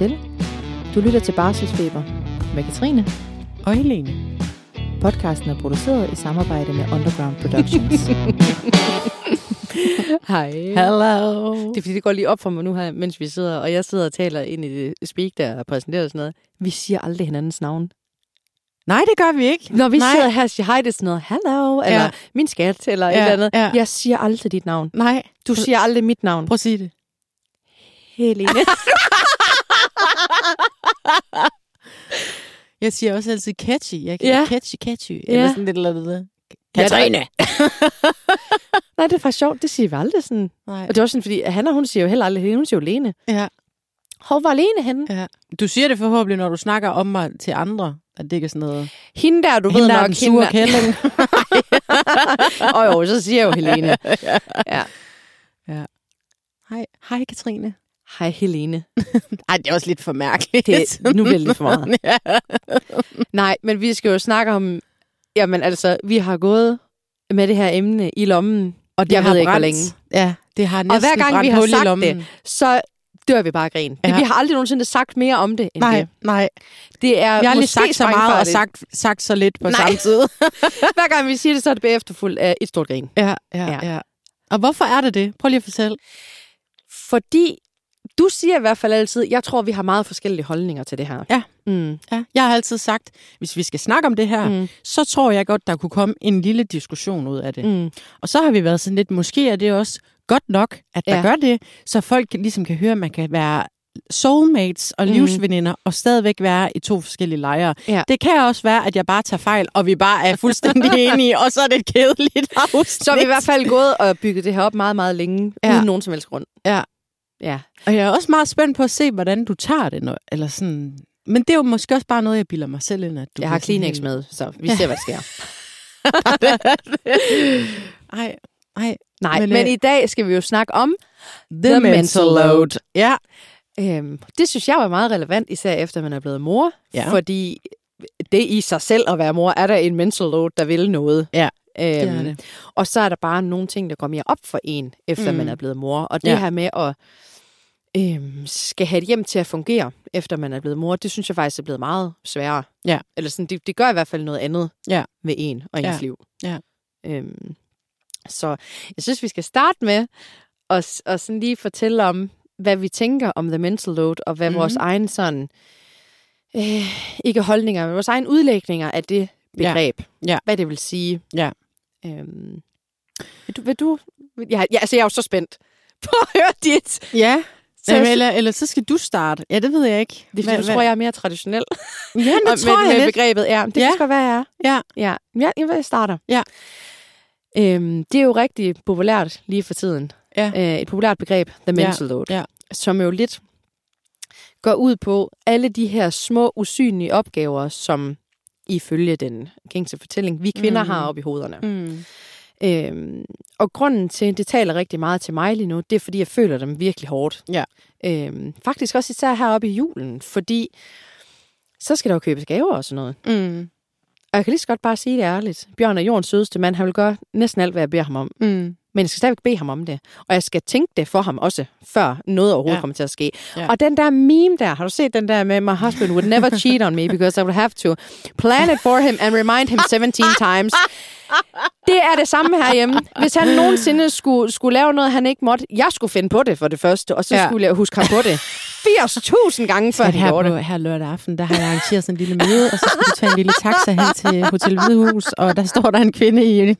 til. Du lytter til Barselsfeber med Katrine og Helene. Podcasten er produceret i samarbejde med Underground Productions. Hej. Hello. Det er fordi, det går lige op for mig nu her, mens vi sidder, og jeg sidder og taler ind i det speak, der er præsenteret og sådan noget. Vi siger aldrig hinandens navn. Nej, det gør vi ikke. Når vi sidder her og siger hej, det er sådan noget, hello, eller min skat, eller et eller andet. Ja. Jeg siger aldrig dit navn. Nej. Du siger aldrig mit navn. Prøv at sige det. Helene. Jeg siger også altid catchy. Jeg kan catchy. Eller sådan lidt eller andet. Katrine. Nej, det er faktisk sjovt. Det siger vi aldrig sådan. Nej. Og det er også sådan, fordi han og hun siger jo heller aldrig Helene. Hun siger jo Lene. Ja. Hvor var Lene henne? Ja. Du siger det forhåbentlig, når du snakker om mig til andre. At det ikke er sådan noget. Hende der, du hende ved der nok. Den sure kælling. Og jo, så siger jeg jo Helene. Ja. Hej Katrine. Hej Helene. Ej, det er også lidt for mærkeligt. Nu bliver det lidt for meget. Ja. Nej, men vi skal jo snakke om... Jamen altså, vi har gået med det her emne i lommen. Og det jeg ved ikke, hvor længe. Ja, det har næsten og hver gang vi har sagt det, så dør vi bare af grin. Ja. Vi har aldrig nogensinde sagt mere om det, end det. Nej. Det er vi har aldrig sagt så meget og sagt så lidt på samme tid. Hver gang vi siger det, så er det bagefter fuldt af et stort grin. Ja. Og hvorfor er det? Prøv lige at fortælle. Fordi du siger i hvert fald altid, jeg tror, vi har meget forskellige holdninger til det her. Ja. Ja. Jeg har altid sagt, hvis vi skal snakke om det her, så tror jeg godt, der kunne komme en lille diskussion ud af det. Og så har vi været sådan lidt, måske er det også godt nok, at der gør det, så folk ligesom kan høre, at man kan være soulmates og livsveninder og stadigvæk være i to forskellige lejre. Ja. Det kan også være, at jeg bare tager fejl, og vi bare er fuldstændig enige, og så er det et kedeligt afsnit. Så er vi i hvert fald gået og bygget det her op meget, meget længe, uden nogen som helst grund. Ja. Og jeg er også meget spændt på at se, hvordan du tager det, eller sådan. Men det er jo måske også bare noget, jeg bilder mig selv ind, at du... Jeg har Kleenex med, så vi ser, hvad der sker. Nej, men i dag skal vi jo snakke om the mental load. Ja. Det synes jeg var meget relevant, især efter man er blevet mor. Ja. Fordi det i sig selv at være mor, er der en mental load, der vil noget. Ja, det er det. Og så er der bare nogle ting, der går mere op for en, efter man er blevet mor. Og det her med at skal have et hjem til at fungere, efter man er blevet mor, det synes jeg faktisk er blevet meget sværere. Ja. Eller sådan, det gør i hvert fald noget andet med en og ens liv. Ja. Så jeg synes, vi skal starte med at sådan lige fortælle om, hvad vi tænker om the mental load, og hvad vores egen sådan, ikke holdninger, men vores egen udlægninger af det begreb. Ja. Hvad det vil sige. Ja. Vil du? Ja, altså jeg er jo så spændt på at høre dit. Ja. Eller så skal du starte. Ja, det ved jeg ikke. Det tror jeg er mere traditionel. Ja, det tror jeg med begrebet. Ja, det kan godt være, jeg er. Ja, jeg starter. Ja. Det er jo rigtig populært lige for tiden. Ja. Et populært begreb, the mental load, som jo lidt går ud på alle de her små, usynlige opgaver, som ifølge den gængse fortælling, vi kvinder har op i hovederne. Og grunden til, det taler rigtig meget til mig lige nu, det er, fordi jeg føler dem virkelig hårdt. Ja. Faktisk også især heroppe i julen, fordi så skal der jo købes gaver og sådan noget. Og jeg kan lige så godt bare sige det ærligt. Bjørn er jordens sødeste mand, han vil gøre næsten alt, hvad jeg beder ham om. Men jeg skal stadigvæk bede ham om det. Og jeg skal tænke det for ham også, før noget overhovedet kommer til at ske. Ja. Og den der meme der, har du set den der med, my husband would never cheat on me, because I would have to plan it for him and remind him 17 times. Det er det samme herhjemme. Hvis han nogensinde skulle lave noget, han ikke måtte, jeg skulle finde på det for det første, og så skulle jeg huske ham på det 80.000 gange, før han gjorde det. Her lørdag aften, der har jeg arrangeret sådan en lille møde, og så skal du tage en lille taxa hen til Hotel Hvidehus, og der står der en kvinde i.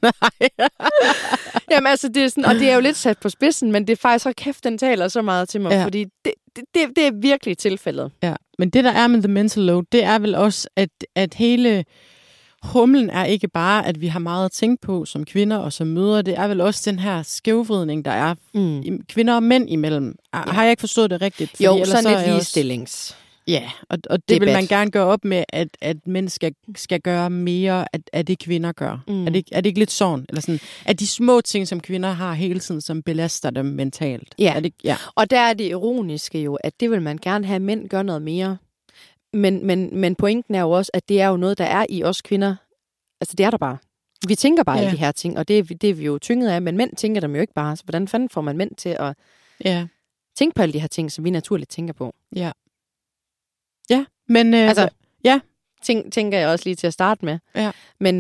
Jamen altså, det er sådan, og det er jo lidt sat på spidsen, men det er faktisk så kæft, den taler så meget til mig, fordi det er virkelig tilfældet. Ja, men det der er med the mental load, det er vel også, at hele humlen er ikke bare, at vi har meget at tænke på som kvinder og som mødre. Det er vel også den her skævvridning, der er kvinder og mænd imellem. Har jeg ikke forstået det rigtigt? Fordi jo, sådan et ligestillings. Ja, og det vil man gerne gøre op med, at mænd skal gøre mere af det, kvinder gør. Er det ikke lidt sådan? Eller sådan, at de små ting, som kvinder har hele tiden, som belaster dem mentalt. Ja, og der er det ironiske jo, at det vil man gerne have, at mænd gør noget mere. Men pointen er jo også, at det er jo noget, der er i os kvinder. Altså, det er der bare. Vi tænker bare alle de her ting, og det er vi jo tynget af, men mænd tænker dem jo ikke bare. Så hvordan fanden får man mænd til at tænke på alle de her ting, som vi naturligt tænker på? Ja. Ja, men... tænker jeg også lige til at starte med. Ja. Men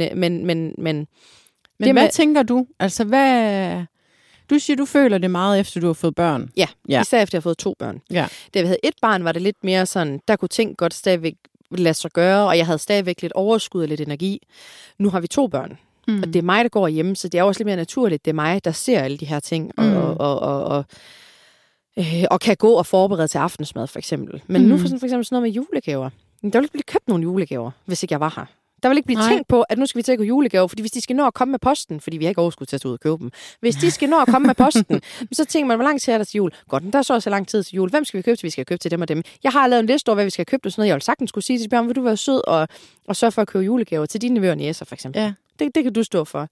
hvad tænker du? Altså, hvad... Du siger, du føler det meget, efter du har fået børn. Ja, især efter jeg har fået 2 børn. Ja. Da jeg havde 1 barn, var det lidt mere sådan, der kunne ting godt stadigvæk lade sig gøre, og jeg havde stadigvæk lidt overskud og lidt energi. Nu har vi 2 børn, og det er mig, der går hjemme, så det er også lidt mere naturligt. Det er mig, der ser alle de her ting, og kan gå og forberede til aftensmad, for eksempel. Men nu for eksempel sådan noget med julegaver. Der ville ikke blive købt nogle julegaver, hvis ikke jeg var her. Der vil ikke blive tænkt på, at nu skal vi til at gå julegaver, fordi hvis de skal nå at komme med posten, fordi vi har ikke overskud til at tage ud og købe dem. Hvis de skal nå at komme med posten, så tænker man, hvor lang tid er der til jul? Godt, der er så lang tid til jul. Hvem skal vi købe til? Vi skal købe til dem og dem. Jeg har lavet en liste over, hvad vi skal købe til sådan noget. Jeg vil sagtens skulle sige til Bjørn, vil du være sød og sørge for at købe julegaver til dine nevøer og niecer, for eksempel. Ja. Det kan du stå for.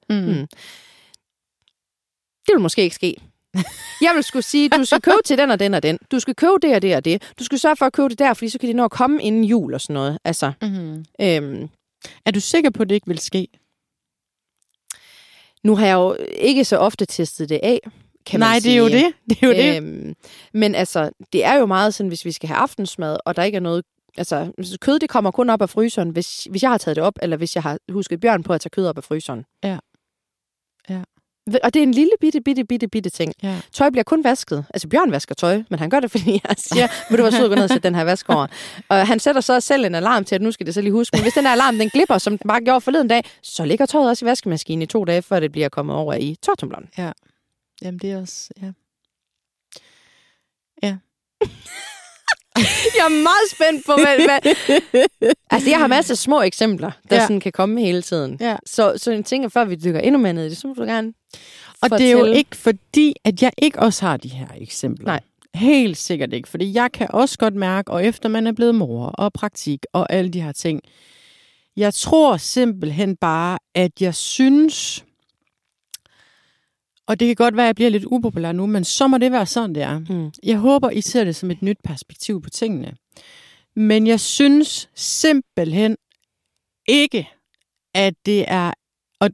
Det vil måske ikke ske. Jeg vil skulle sige, du skal købe til den og den og den. Du skal købe det og det og det. Du skal sørge for at købe det der, fordi så kan de nå at komme inden jul og sådan noget. Altså, er du sikker på, at det ikke vil ske? Nu har jeg jo ikke så ofte testet det af, kan man sige. Nej, det er jo det. Men altså, det er jo meget sådan, hvis vi skal have aftensmad, og der ikke er noget... Altså, kød, det kommer kun op af fryseren, hvis jeg har taget det op, eller hvis jeg har husket Bjørn på at tage kød op af fryseren. Ja. Og det er en lille bitte ting. Ja. Tøj bliver kun vasket. Altså, Bjørn vasker tøj, men han gør det, fordi jeg siger, vil du være sød at gå ned og sætte den her vask over. Og han sætter så selv en alarm til, at nu skal det så lige huske. Men hvis den der alarm, den glipper, som den bare gjorde forleden dag, så ligger tøjet også i vaskemaskinen i 2 dage, før det bliver kommet over i tørretumbleren. Ja. Jamen, det er også... Ja. Jeg er meget spændt på, hvad... Altså, jeg har masser af små eksempler, der sådan kan komme hele tiden. Ja. Så en ting, før vi dykker endnu mere ned i det, så må du gerne og fortælle. Det er jo ikke fordi, at jeg ikke også har de her eksempler. Nej. Helt sikkert ikke, fordi jeg kan også godt mærke, og efter man er blevet mor og praktik og alle de her ting, jeg tror simpelthen bare, at jeg synes... Og det kan godt være, at jeg bliver lidt upopulær nu, men så må det være sådan, det er. Jeg håber, I ser det som et nyt perspektiv på tingene. Men jeg synes simpelthen ikke, at det er... Og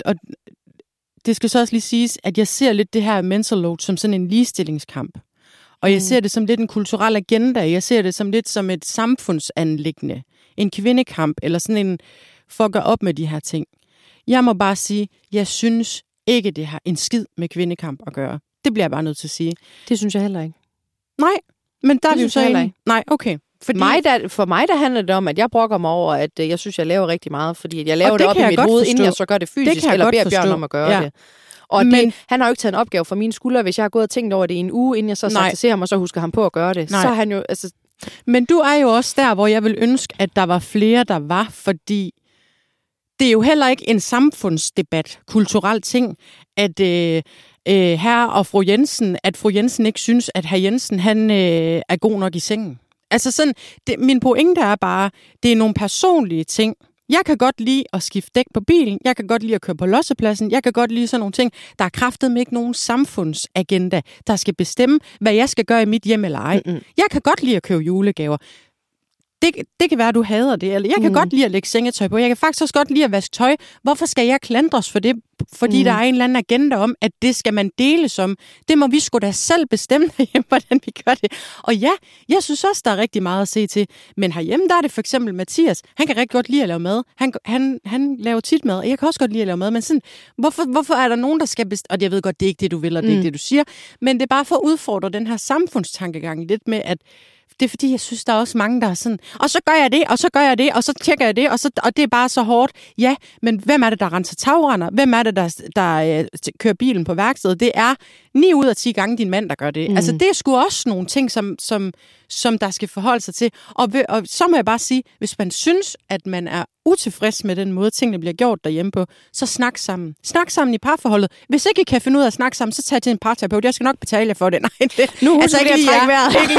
det skal så også lige siges, at jeg ser lidt det her mental load som sådan en ligestillingskamp. Og jeg ser det som lidt en kulturel agenda. Jeg ser det som lidt som et samfundsanliggende. En kvindekamp, eller sådan en for at gøre op med de her ting. Jeg må bare sige, jeg synes ikke, det har en skid med kvindekamp at gøre. Det bliver jeg bare nødt til at sige. Det synes jeg heller ikke. Nej, men der er vi jo så heller ikke. Nej, okay. Fordi... For mig der handler det om, at jeg brokker mig over, at jeg synes, jeg laver rigtig meget, fordi jeg laver det op i mit hoved, inden jeg så gør det fysisk, eller beder Bjørn om at gøre det. Og han har jo ikke taget en opgave fra mine skuldre, hvis jeg har gået og tænkt over det i en uge, inden jeg så sagt til ham, og så husker ham på at gøre det. Nej. Så er han jo... Altså... Men du er jo også der, hvor jeg vil ønske, at der var flere, der var, fordi det er jo heller ikke en samfundsdebat, kulturel ting, at herre og fru Jensen ikke synes, at herr Jensen han er god nok i sengen. Altså sådan, min pointe er bare, det er nogle personlige ting. Jeg kan godt lide at skifte dæk på bilen, jeg kan godt lide at køre på lossepladsen, jeg kan godt lide sådan nogle ting. Der er kraftedeme ikke nogen samfundsagenda, der skal bestemme, hvad jeg skal gøre i mit hjem eller ej. Jeg kan godt lide at købe julegaver. Det kan være, at du hader det. Eller jeg kan godt lide at lægge sengetøj på. Jeg kan faktisk også godt lide at vaske tøj. Hvorfor skal jeg klandres for det? Fordi der er en eller anden agenda om, at det skal man dele som. Det må vi sgu da selv bestemme derhjemme, hvordan vi gør det. Og ja, jeg synes også, der er rigtig meget at se til. Men herhjemme, der er det for eksempel Mathias. Han kan rigtig godt lide at lave mad. Han laver tit mad, og jeg kan også godt lide at lave mad. Men sådan, hvorfor er der nogen, der skal bestemme? Og jeg ved godt, det er ikke det, du vil, og det er ikke det, du siger. Men det er bare for at udfordre den her samfundstankegang lidt med, at det er fordi, jeg synes, der er også mange, der er sådan, og så gør jeg det, og så gør jeg det, og så tjekker jeg det, og det er bare så hårdt. Ja, men hvem er det, der renser tagrender? Hvem er det, der kører bilen på værkstedet? Det er 9 ud af 10 gange din mand, der gør det. Altså, det er sgu også nogle ting, som der skal forholde sig til. Og så må jeg bare sige, hvis man synes, at man er utilfreds med den måde, tingene bliver gjort derhjemme på, så snak sammen. Snak sammen i parforholdet. Hvis ikke I kan finde ud af at snakke sammen, så tag til en parterapeut. Jeg skal nok betale jer for det. Nej, nu husker jeg at trække vejret. Ikke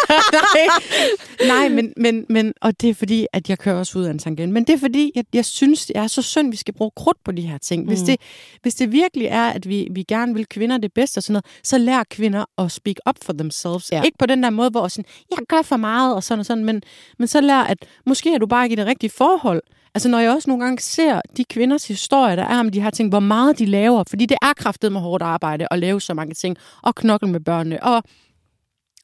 Nej, men og det er fordi, at jeg kører også ud af en tangent. Men det er fordi, at jeg synes, det er så synd, vi skal bruge krudt på de her ting. Hvis det virkelig er, at vi gerne vil kvinder det bedste og sådan noget, så lær kvinder at speak up for themselves. Ja. Ikke på den der måde, hvor sådan, jeg gør for meget og sådan og sådan, men så lær, at måske er du bare ikke i det rigtige forhold. Altså, når jeg også nogle gange ser de kvinders historie, der er om de her ting, hvor meget de laver, fordi det er kraftedeme hårdt arbejde at lave så mange ting, og knokle med børnene, og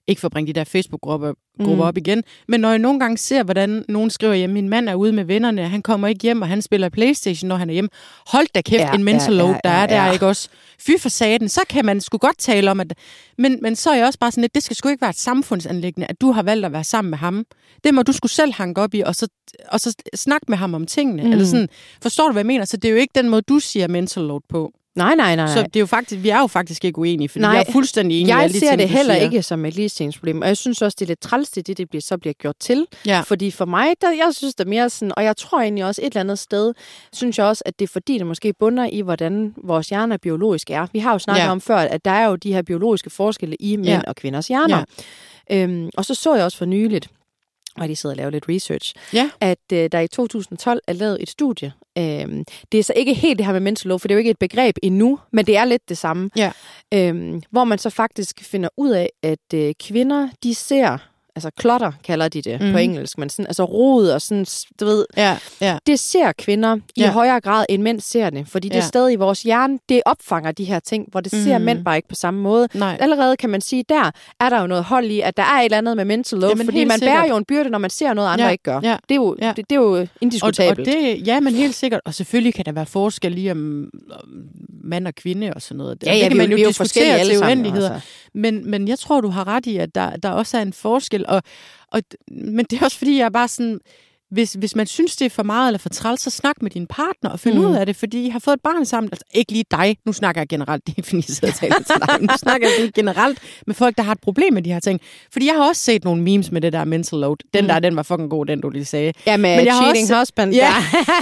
ikke for at bringe de der Facebook-grupper op igen, men når jeg nogle gange ser, hvordan nogen skriver hjemme, min mand er ude med vennerne, han kommer ikke hjem, og han spiller PlayStation, når han er hjemme. Hold da kæft, en mental load, der er der, ikke også? Fy for saten, så kan man sgu godt tale om, at... Men så er jeg også bare sådan lidt, det skal sgu ikke være et samfundsanliggende, at du har valgt at være sammen med ham. Det må du sgu selv hanke op i, og så snakke med ham om tingene. Eller sådan, forstår du, hvad jeg mener? Så det er jo ikke den måde, du siger mental load på. Nej. Så det er jo faktisk, vi er jo faktisk ikke uenige, for jeg er fuldstændig enig i alle de ting, jeg ser det heller siger. ikke som et ligestillingsproblem, og jeg synes også, det er lidt træls, det bliver gjort til. Ja. Fordi for mig, jeg synes det er mere sådan, og jeg tror egentlig også et eller andet sted, synes jeg også, at det er fordi, det måske bunder i, hvordan vores hjerner biologisk er. Vi har jo snakket om før, at der er jo de her biologiske forskelle i mænd og kvinders hjerner. Ja. Og så jeg også for nyligt, og de sidder og laver lidt research, at der i 2012 er lavet et studie. Det er så ikke helt det her med mental load, for det er jo ikke et begreb endnu, men det er lidt det samme. Ja. Hvor man så faktisk finder ud af, at kvinder, de ser, altså clutter kalder de det på engelsk, men sådan, altså rod og sådan, du ved, det ser kvinder i højere grad, end mænd ser det, fordi det sted i vores hjerne, det opfanger de her ting, hvor det ser mænd bare ikke på samme måde. Nej. Allerede kan man sige, der er der jo noget hold i, at der er et eller andet med mental load, fordi man bærer jo en byrde, når man ser noget, andre ikke gør. Ja. Det er jo indiskutabelt. Og det, men helt sikkert, og selvfølgelig kan der være forskel i om mand og kvinde og sådan noget. Det kan man jo diskutere til uendeligheder. Men jeg tror, du har ret i, at der også er en forskel. Men det er også fordi, jeg er bare sådan, hvis man synes, det er for meget eller for træls, så snak med din partner og find ud af det, fordi I har fået et barn sammen. Altså ikke lige dig, nu snakker jeg generelt, det er ikke fordi, jeg sidder og taler til dig, nu snakker jeg generelt med folk, der har et problem med de her ting. Fordi jeg har også set nogle memes med det der mental load. Den var fucking god, den du lige sagde. Ja, med men cheating husband. Ja.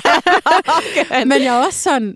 Okay. Men jeg er også sådan,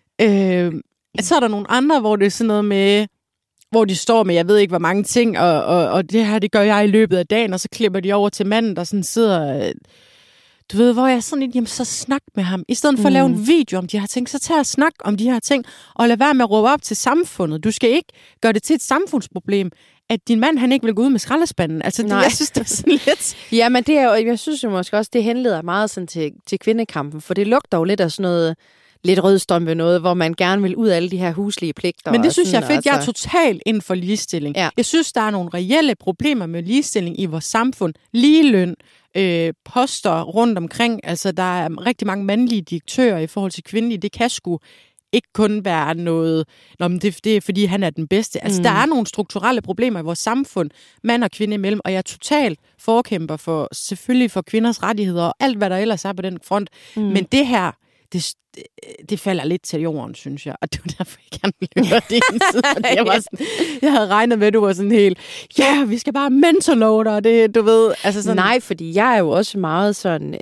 så er der nogle andre, hvor det er sådan noget med, hvor de står med, jeg ved ikke, hvor mange ting, og det her, det gør jeg i løbet af dagen, og så klipper de over til manden, der sådan sidder, du ved, hvor jeg er sådan lidt, jamen så snak med ham. I stedet for at lave en video om de her ting, så tag og snak om de her ting, og lad være med at råbe op til samfundet. Du skal ikke gøre det til et samfundsproblem, at din mand, han ikke vil gå ud med skraldespanden. Altså, jeg synes, det er sådan lidt... Ja, men det er jo, jeg synes jo måske også, det henleder meget sådan til kvindekampen, for det lugter jo lidt af sådan noget lidt rødstrømpe noget, hvor man gerne vil ud af alle de her huslige pligter. Men det synes jeg er fedt. Jeg er totalt inden for ligestilling. Ja. Jeg synes, der er nogle reelle problemer med ligestilling i vores samfund. Ligeløn, poster rundt omkring. Altså, der er rigtig mange mandlige direktører i forhold til kvindelige. Det kan sgu ikke kun være noget, men det er fordi, han er den bedste. Altså, der er nogle strukturelle problemer i vores samfund, mand og kvinde imellem, og jeg er totalt forkæmper for, selvfølgelig for kvinders rettigheder og alt, hvad der ellers er på den front. Men det her, det falder lidt til jorden, synes jeg. Og det var derfor, jeg gerne ville høre det en side. Jeg havde regnet med, at du var sådan helt, vi skal bare mental load, og det, du ved. Altså sådan. Nej, fordi jeg er jo også meget sådan...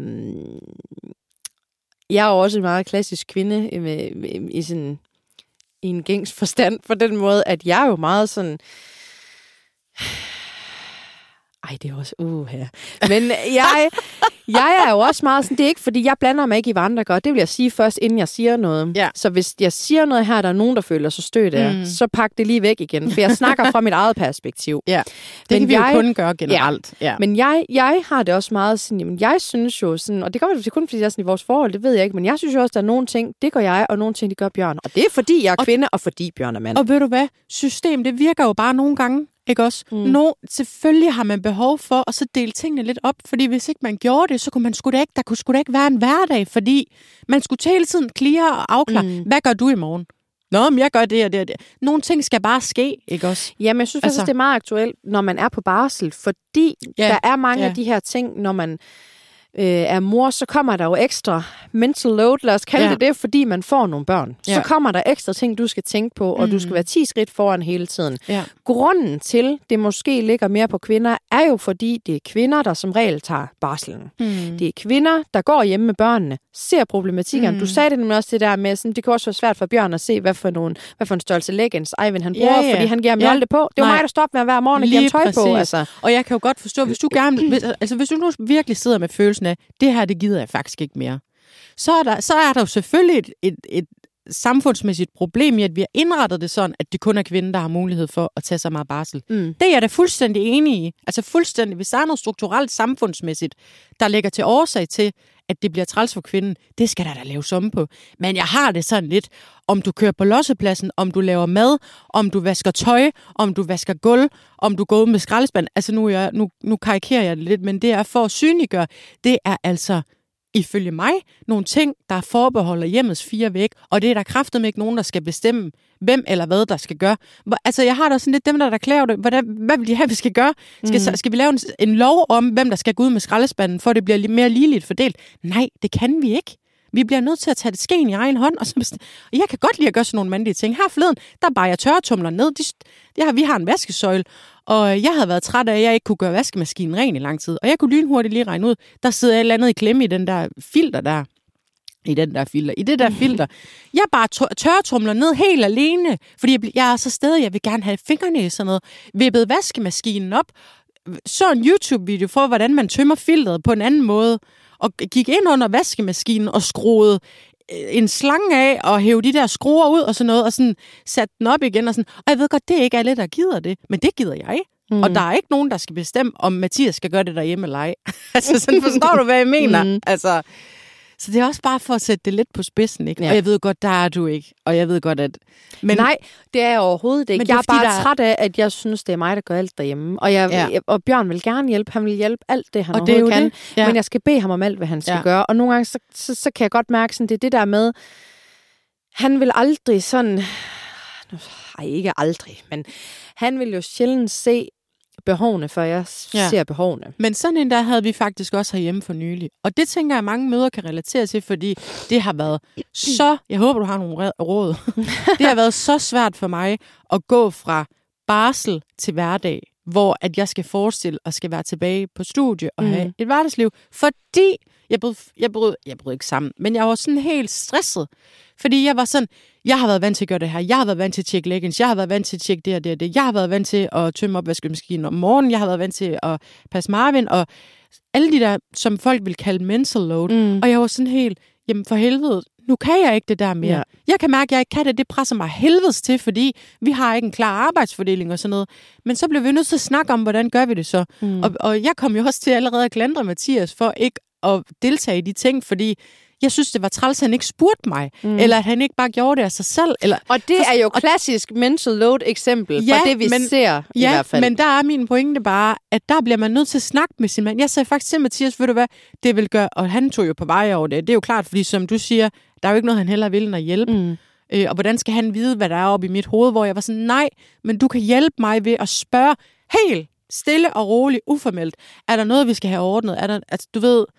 Jeg er jo også en meget klassisk kvinde i en gængs forstand, på den måde, at jeg er jo meget sådan... det er også her. Men jeg er jo også meget sådan, det er ikke, fordi jeg blander mig ikke i, hvad andre gør. Det vil jeg sige først, inden jeg siger noget. Ja. Så hvis jeg siger noget her, der er nogen, der føler sig stødt af, så pak det lige væk igen. For jeg snakker fra mit eget perspektiv. Ja. Det kan vi jo kun gøre generelt. Ja. Men jeg har det også meget sådan, jamen jeg synes jo sådan, og det gør det kun fordi jeg er sådan i vores forhold, det ved jeg ikke, men jeg synes jo også, der er nogle ting, det gør jeg, og nogle ting, det gør Bjørn. Og det er fordi jeg er kvinde, og fordi Bjørn er mand. Og ved du hvad? System, det virker jo bare nogle gange. Ikke også? Selvfølgelig har man behov for at så dele tingene lidt op, fordi hvis ikke man gjorde det, så kunne man der kunne sgu da ikke være en hverdag, fordi man skulle hele tiden clear og afklare, hvad gør du i morgen? Nå, men jeg gør det og det og det. Nogle ting skal bare ske, ikke også? Jamen, jeg synes faktisk, det er meget aktuelt, når man er på barsel, fordi der er mange af de her ting, når man er mor, så kommer der jo ekstra mental load, lad os kalde det, fordi man får nogle børn. Så kommer der ekstra ting, du skal tænke på, og du skal være 10 skridt foran hele tiden. Ja. Grunden til, det måske ligger mere på kvinder, er jo fordi, det er kvinder, der som regel tager barselen. Det er kvinder, der går hjemme med børnene, ser problematikkerne. Du sagde det nemlig også det der med, sådan, det kan også være svært for Bjørn at se, hvad for en størrelse leggings Eivind han bruger, fordi han giver ham aldrig på. Det er jo mig, der stopper med at hver morgen og giver ham tøj på. Altså. Og jeg kan jo godt forstå, hvis du nu virkelig sidder med følelsen af, det her, det gider jeg faktisk ikke mere. Så er der jo selvfølgelig et samfundsmæssigt problem i, at vi har indrettet det sådan, at det kun er kvinden, der har mulighed for at tage så meget barsel. Det er jeg da fuldstændig enig i. Altså fuldstændig, hvis der er noget strukturelt samfundsmæssigt, der lægger til årsag til, at det bliver træls for kvinden. Det skal der da laves om på. Men jeg har det sådan lidt, om du kører på lossepladsen, om du laver mad, om du vasker tøj, om du vasker gulv, om du går ud med skraldespand. Altså nu karikerer jeg det lidt, men det er for at synliggøre. Det er altså ifølge mig nogle ting, der forbeholder hjemmets 4 væg, og det er der kraftedeme ikke nogen, der skal bestemme, hvem eller hvad der skal gøre. Altså, jeg har da sådan lidt dem, der klæder det. Hvad vil de have, vi skal gøre? Skal vi lave en lov om, hvem der skal gå ud med skraldespanden, for det bliver lidt mere ligeligt fordelt? Nej, det kan vi ikke. Vi bliver nødt til at tage det skeen i egen hånd. Og jeg kan godt lide at gøre sådan nogle mandige ting. Her forleden, der bare jeg tørretumler ned. Vi har en vaskesøjle, og jeg havde været træt af, at jeg ikke kunne gøre vaskemaskinen ren i lang tid. Og jeg kunne lynhurtigt lige regne ud, der sidder et eller andet i klemme i den der filter der. I det der filter. Jeg bare tørretumler ned helt alene, fordi jeg er så stedig, jeg vil gerne have fingrene i sådan noget. Vippede vaskemaskinen op, så en YouTube-video for, hvordan man tømmer filteret på en anden måde, og gik ind under vaskemaskinen og skruede en slange af og hæve de der skruer ud og sådan noget, og sådan satte den op igen. Og jeg ved godt, det er ikke alle, der gider det, men det gider jeg. Og der er ikke nogen, der skal bestemme, om Mathias skal gøre det derhjemme eller ej. Altså, sådan forstår du, hvad jeg mener? Altså, så det er også bare for at sætte det lidt på spidsen, ikke? Ja. Og jeg ved godt, der er du ikke. Og jeg ved godt, at... Men, nej, det er jeg overhovedet ikke. Jeg er bare træt af, at jeg synes, det er mig, der gør alt derhjemme. Og Bjørn vil gerne hjælpe. Han vil hjælpe alt det, han overhovedet kan. Ja. Men jeg skal bede ham om alt, hvad han skal gøre. Og nogle gange, så kan jeg godt mærke, sådan, det er det der med... Han vil aldrig sådan... Ej, ikke aldrig, men han vil jo sjældent se behovene, før jeg ser behovene. Men sådan en der havde vi faktisk også herhjemme for nylig. Og det tænker jeg, mange mødre kan relatere til, fordi det har været så... Jeg håber, du har nogle råd. Det har været så svært for mig at gå fra barsel til hverdag, hvor at jeg skal forestille og skal være tilbage på studie og have et hverdagsliv. Fordi jeg brød ikke sammen, men jeg var sådan helt stresset. Fordi jeg var sådan, jeg har været vant til at gøre det her, jeg har været vant til at tjekke leggings, jeg har været vant til at tjekke det og det og det, jeg har været vant til at tømme opvaskemaskinen om morgenen, jeg har været vant til at passe Marvin, og alle de der, som folk vil kalde mental load. Og jeg var sådan helt, jamen for helvede, nu kan jeg ikke det der mere. Ja. Jeg kan mærke, at jeg ikke kan det. Det presser mig helvedes til, fordi vi har ikke en klar arbejdsfordeling og sådan noget. Men så blev vi nødt til at snakke om, hvordan gør vi det så. Og jeg kom jo også til allerede at klandre Mathias for ikke at deltage i de ting, fordi jeg synes, det var træls, at han ikke spurgte mig, eller at han ikke bare gjorde det af sig selv. Og det er jo klassisk mental load eksempel for det, vi ser i hvert fald. Men der er min pointe bare, at der bliver man nødt til at snakke med sin mand. Jeg sagde faktisk til Mathias, ved du hvad, det vil gøre, og han tog jo på vej over det. Det er jo klart, fordi som du siger, der er jo ikke noget, han heller vil end at hjælpe. Og hvordan skal han vide, hvad der er oppe i mit hoved, hvor jeg var sådan, nej, men du kan hjælpe mig ved at spørge helt stille og roligt, uformelt. Er der noget, vi skal have ordnet? Er der, altså, du ved...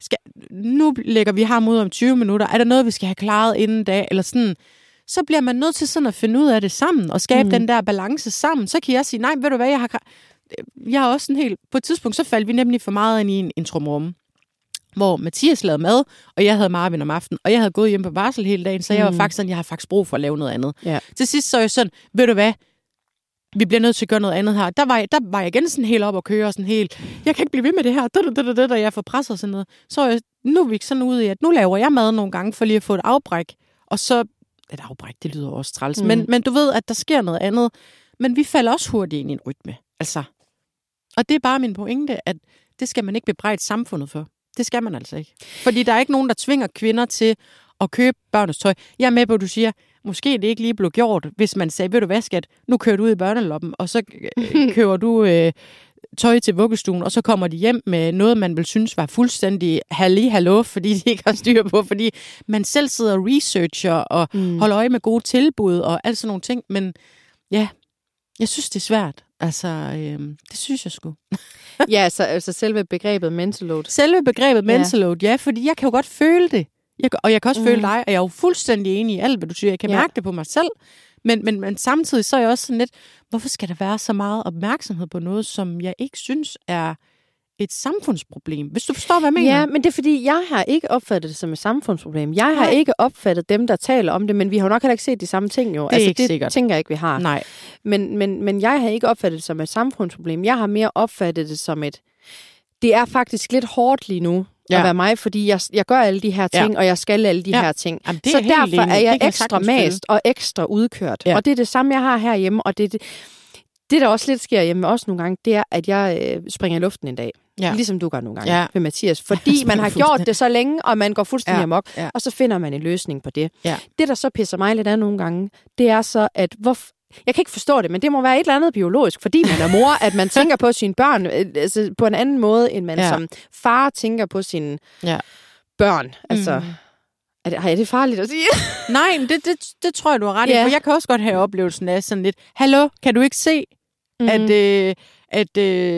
nu lægger vi ham ud om 20 minutter, er der noget, vi skal have klaret inden da, eller sådan, så bliver man nødt til sådan at finde ud af det sammen, og skabe den der balance sammen. Så kan jeg sige, nej, ved du hvad, jeg har også sådan helt, på et tidspunkt, så faldt vi nemlig for meget ind i en intromrum, hvor Mathias lavede mad, og jeg havde Marvin om aftenen, og jeg havde gået hjem på barsel hele dagen, så jeg var faktisk sådan, jeg har faktisk brug for at lave noget andet. Ja. Til sidst så er jeg sådan, ved du hvad, vi bliver nødt til at gøre noget andet her. Der var jeg igen sådan helt op og køre, og sådan helt, jeg kan ikke blive ved med det her, da jeg får presset og sådan noget. Så nu er vi sådan ude i, at nu laver jeg mad nogle gange, for lige at få et afbræk. Og så, et afbræk, det lyder også træls, men du ved, at der sker noget andet. Men vi falder også hurtigt ind i en rytme. Altså. Og det er bare min pointe, at det skal man ikke bebrejde samfundet for. Det skal man altså ikke. Fordi der er ikke nogen, der tvinger kvinder til at købe børnenes tøj. Jeg er med på, at du siger, måske det ikke lige blev gjort, hvis man sagde, ved du hvad, skat, nu kører du ud i børneloppen, og så køber du tøj til vuggestuen, og så kommer de hjem med noget, man vil synes var fuldstændig hallo, fordi de ikke har styr på, fordi man selv sidder og researcher og holder øje med gode tilbud og alt sådan nogle ting. Men ja, jeg synes, det er svært. Altså, det synes jeg sgu. Ja, altså selve begrebet mental load. Selve begrebet mental load, ja, fordi jeg kan jo godt føle det. Og jeg kan også føle dig, og jeg er jo fuldstændig enig i alt, hvad du siger. Jeg kan mærke det på mig selv. Men samtidig så er jeg også sådan lidt, hvorfor skal der være så meget opmærksomhed på noget, som jeg ikke synes er et samfundsproblem? Hvis du forstår, hvad jeg mener. Ja, men det er fordi, jeg har ikke opfattet det som et samfundsproblem. Jeg har ikke opfattet dem, der taler om det, men vi har jo nok heller ikke set de samme ting jo. Det er ikke sikkert. Det tænker jeg ikke, vi har. Nej. Men jeg har ikke opfattet det som et samfundsproblem. Jeg har mere opfattet det som det er faktisk lidt hårdt lige nu, at være mig, fordi jeg gør alle de her ting, og jeg skal alle de her ting. Jamen, så derfor er jeg ekstra mast og ekstra udkørt. Ja. Og det er det samme, jeg har herhjemme, og det Det, der også lidt sker hjemme med os nogle gange, det er, at jeg springer i luften en dag. Ja. Ligesom du gør nogle gange med Mathias. Fordi man har gjort det så længe, og man går fuldstændig amok, og så finder man en løsning på det. Ja. Det, der så pisser mig lidt af nogle gange, det er så, at jeg kan ikke forstå det, men det må være et eller andet biologisk, fordi man er mor, at man tænker på sine børn altså på en anden måde, end man som far tænker på sine børn. Altså, er det farligt at sige? Nej, det tror jeg, du har ret i, for jeg kan også godt have oplevelsen af sådan lidt, hallo, kan du ikke se, at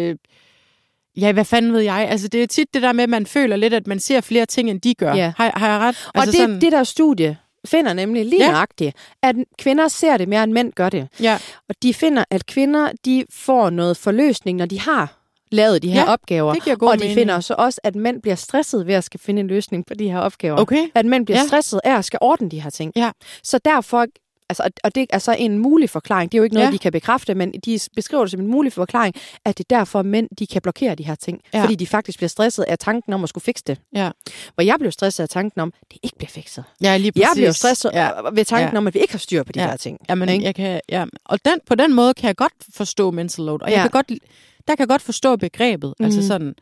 ja, hvad fanden ved jeg? Altså, det er tit det der med, at man føler lidt, at man ser flere ting, end de gør. Ja. Har jeg ret? Og altså, det der studie finder nemlig lige nøjagtigt, at kvinder ser det mere, end mænd gør det. Ja. Og de finder, at kvinder, de får noget forløsning, når de har lavet de her opgaver. Og de finder så også, at mænd bliver stresset ved at skal finde en løsning på de her opgaver. Okay. At mænd bliver stresset af at skal ordne de her ting. Ja. Så derfor... Altså, og det er så en mulig forklaring. Det er jo ikke noget, de kan bekræfte, men de beskriver det som en mulig forklaring, at det er derfor, mænd de kan blokere de her ting. Ja. Fordi de faktisk bliver stresset af tanken om at skulle fikse det. Ja. Hvor jeg blev stresset af tanken om, at det ikke bliver fikset. Ja, lige præcis. Jeg blev stresset ved tanken om, at vi ikke har styr på de her ting. Jamen, og på den måde kan jeg godt forstå mental load. Og jeg kan godt forstå begrebet. Altså sådan.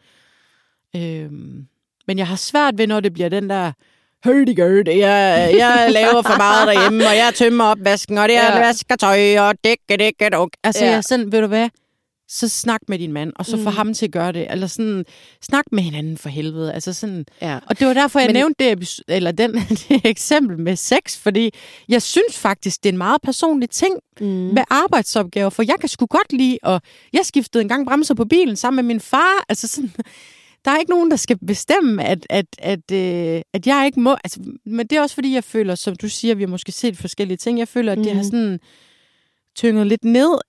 Men jeg har svært ved, når det bliver den der... Hurdy-gurdy, jeg laver for meget derhjemme, og jeg tømmer opvasken, og jeg vasker tøj, og dække. Altså, jeg sådan, ved du hvad, så snak med din mand, og så få ham til at gøre det. Eller sådan, snak med hinanden for helvede. Altså sådan, og det var derfor, jeg nævnte det eksempel med sex, fordi jeg synes faktisk, det er en meget personlig ting med arbejdsopgaver, for jeg kan sgu godt lide, og jeg skiftede en gang bremser på bilen sammen med min far, altså sådan... Der er ikke nogen, der skal bestemme, at jeg ikke må... Altså, men det er også fordi, jeg føler, som du siger, vi har måske set forskellige ting. Jeg føler, at det har sådan tynget lidt ned,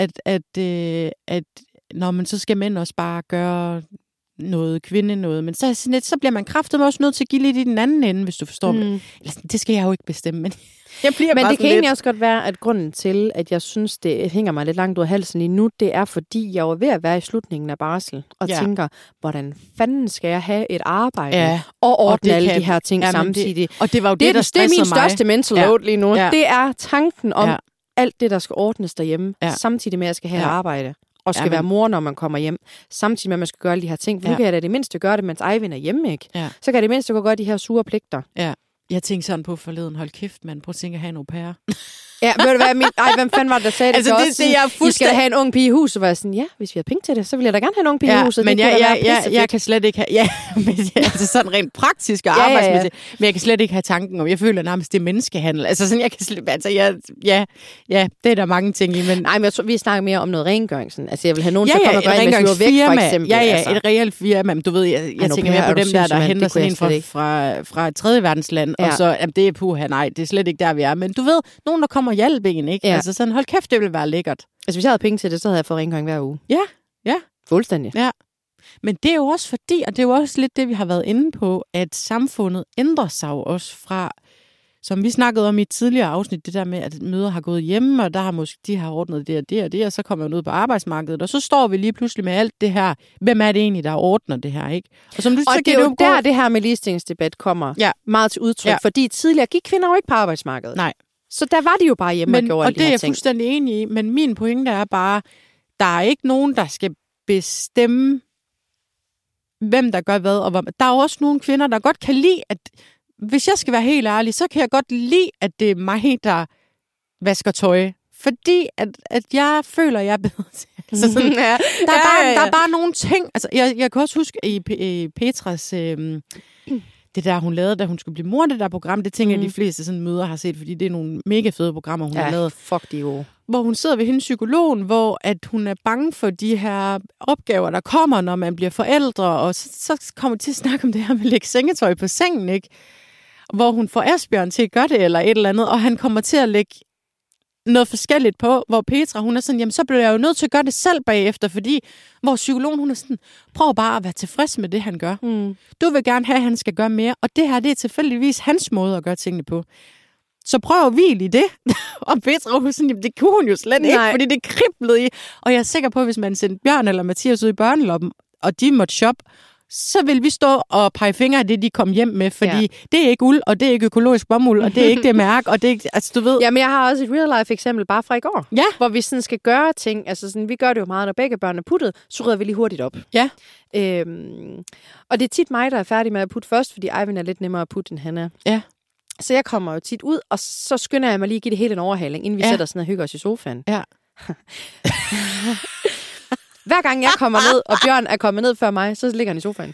at når man så skal mænd også bare gøre noget, kvinde noget. Men så bliver man kraftedeme også nødt til at give lidt i den anden ende, hvis du forstår mig. Det skal jeg jo ikke bestemme, men... Men det kan egentlig også godt være, at grunden til, at jeg synes, det hænger mig lidt langt ud af halsen lige nu, det er, fordi jeg var ved at være i slutningen af barsel, og tænker, hvordan fanden skal jeg have et arbejde og ordne alle de her ting samtidig. Og det var jo det der stressede mig. Det er min største mental load lige nu. Ja. Det er tanken om alt det, der skal ordnes derhjemme, samtidig med, at jeg skal have et arbejde. Og skal være mor, når man kommer hjem. Samtidig med, at man skal gøre alle de her ting. For nu kan jeg da det mindste gøre det, mens Eivind er hjemme, ikke? Ja. Så kan jeg det mindste gå gøre de her sure pligter. Ja. Jeg tænkte sådan på forleden, hold kæft, mand. Prøv at tænke at have en au pair. Ja, ved du hvad, hvem fanden var det, der sagde det til os? I skal da have en ung pige i huset. Og jeg sådan, ja, hvis vi har penge til det, så vil jeg da gerne have en ung pige i huset. Men jeg kan slet ikke have... Ja, altså sådan rent praktisk og arbejdsmæssigt. Men jeg kan slet ikke have tanken om, jeg føler nærmest, det er menneskehandel. Altså sådan, jeg kan slet... Altså, det er der mange ting i, men... Nej, men vi snakker mere om noget rengøring. Sådan. Altså, jeg vil have nogen, der kommer og gøre en, hvis vi var væk, for eksempel. Ja, et reelt firma. Men du ved, jeg tænker mere på dem der henter sådan en fra et tredje verdensland. Og så, det er puha, nej, det er slet ikke der, vi er. Men du ved, nogen, der kommer og hjælper en, ikke? Ja. Altså sådan, hold kæft, det ville være lækkert. Altså, hvis jeg havde penge til det, så havde jeg fået rengøring hver uge. Ja. Fuldstændig. Ja. Men det er jo også fordi, og det er jo også lidt det, vi har været inde på, at samfundet ændrer sig jo også fra, som vi snakkede om i et tidligere afsnit, det der med, at møder har gået hjemme, og der har måske, de har ordnet det og det og det, og så kommer man ud på arbejdsmarkedet, og så står vi lige pludselig med alt det her. Hvem er det egentlig, der ordner det her, ikke? Og det er jo der, det her med ligestillingsdebat kommer meget til udtryk, fordi tidligere gik kvinder jo ikke på arbejdsmarkedet. Nej. Så der var de jo bare hjemme og gjorde alle de her ting. Og det er jeg fuldstændig enig i, men min pointe er bare, der er ikke nogen, der skal bestemme, hvem der gør hvad. Og hvad. Der er jo også nogle kvinder, der godt kan lide, at hvis jeg skal være helt ærlig, så kan jeg godt lide, at det er mig, der vasker tøj. Fordi at jeg føler, jeg er bedre til. Altså sådan, der er bare nogle ting. Altså, jeg kan også huske i Petras... det der, hun lavede, da hun skulle blive mor, det der program, det tænker jeg, de fleste sådan møder har set, fordi det er nogle mega fede programmer, hun har lavet. Fuck de jo. Hvor hun sidder ved hendes psykologen, hvor at hun er bange for de her opgaver, der kommer, når man bliver forældre, og så kommer til at snakke om det her med at lægge sengetøj på sengen, ikke? Hvor hun får Asbjørn til at gøre det, eller et eller andet, og han kommer til at lægge noget forskelligt på, hvor Petra, hun er sådan, jamen så bliver jeg jo nødt til at gøre det selv bagefter, fordi hvor psykologen, hun er sådan, prøv bare at være tilfreds med det, han gør. Du vil gerne have, at han skal gøre mere, og det her, det er tilfældigvis hans måde at gøre tingene på. Så prøv at hvile i det. Og Petra, hun er sådan, jamen det kunne hun jo slet ikke, fordi det kriblede i. Og jeg er sikker på, at hvis man sendte Bjørn eller Mathias ud i børneloppen, og de måtte shoppe, så vil vi stå og pege fingre af det, de kom hjem med, fordi det er ikke uld, og det er ikke økologisk bomuld, og det er ikke det mærke, og det er ikke, altså du ved. Jamen, jeg har også et real-life eksempel bare fra i går, hvor vi sådan skal gøre ting, altså sådan, vi gør det jo meget, når begge børn er puttet, så rydder vi lige hurtigt op. Ja. Og det er tit mig, der er færdig med at putte først, fordi Eivind er lidt nemmere at putte, end han er. Ja. Så jeg kommer jo tit ud, og så skynder jeg mig lige at give det hele en overhaling, inden vi sætter os ned og hygger os i sofaen. Ja. Hver gang jeg kommer ned, og Bjørn er kommet ned før mig, så ligger han i sofaen.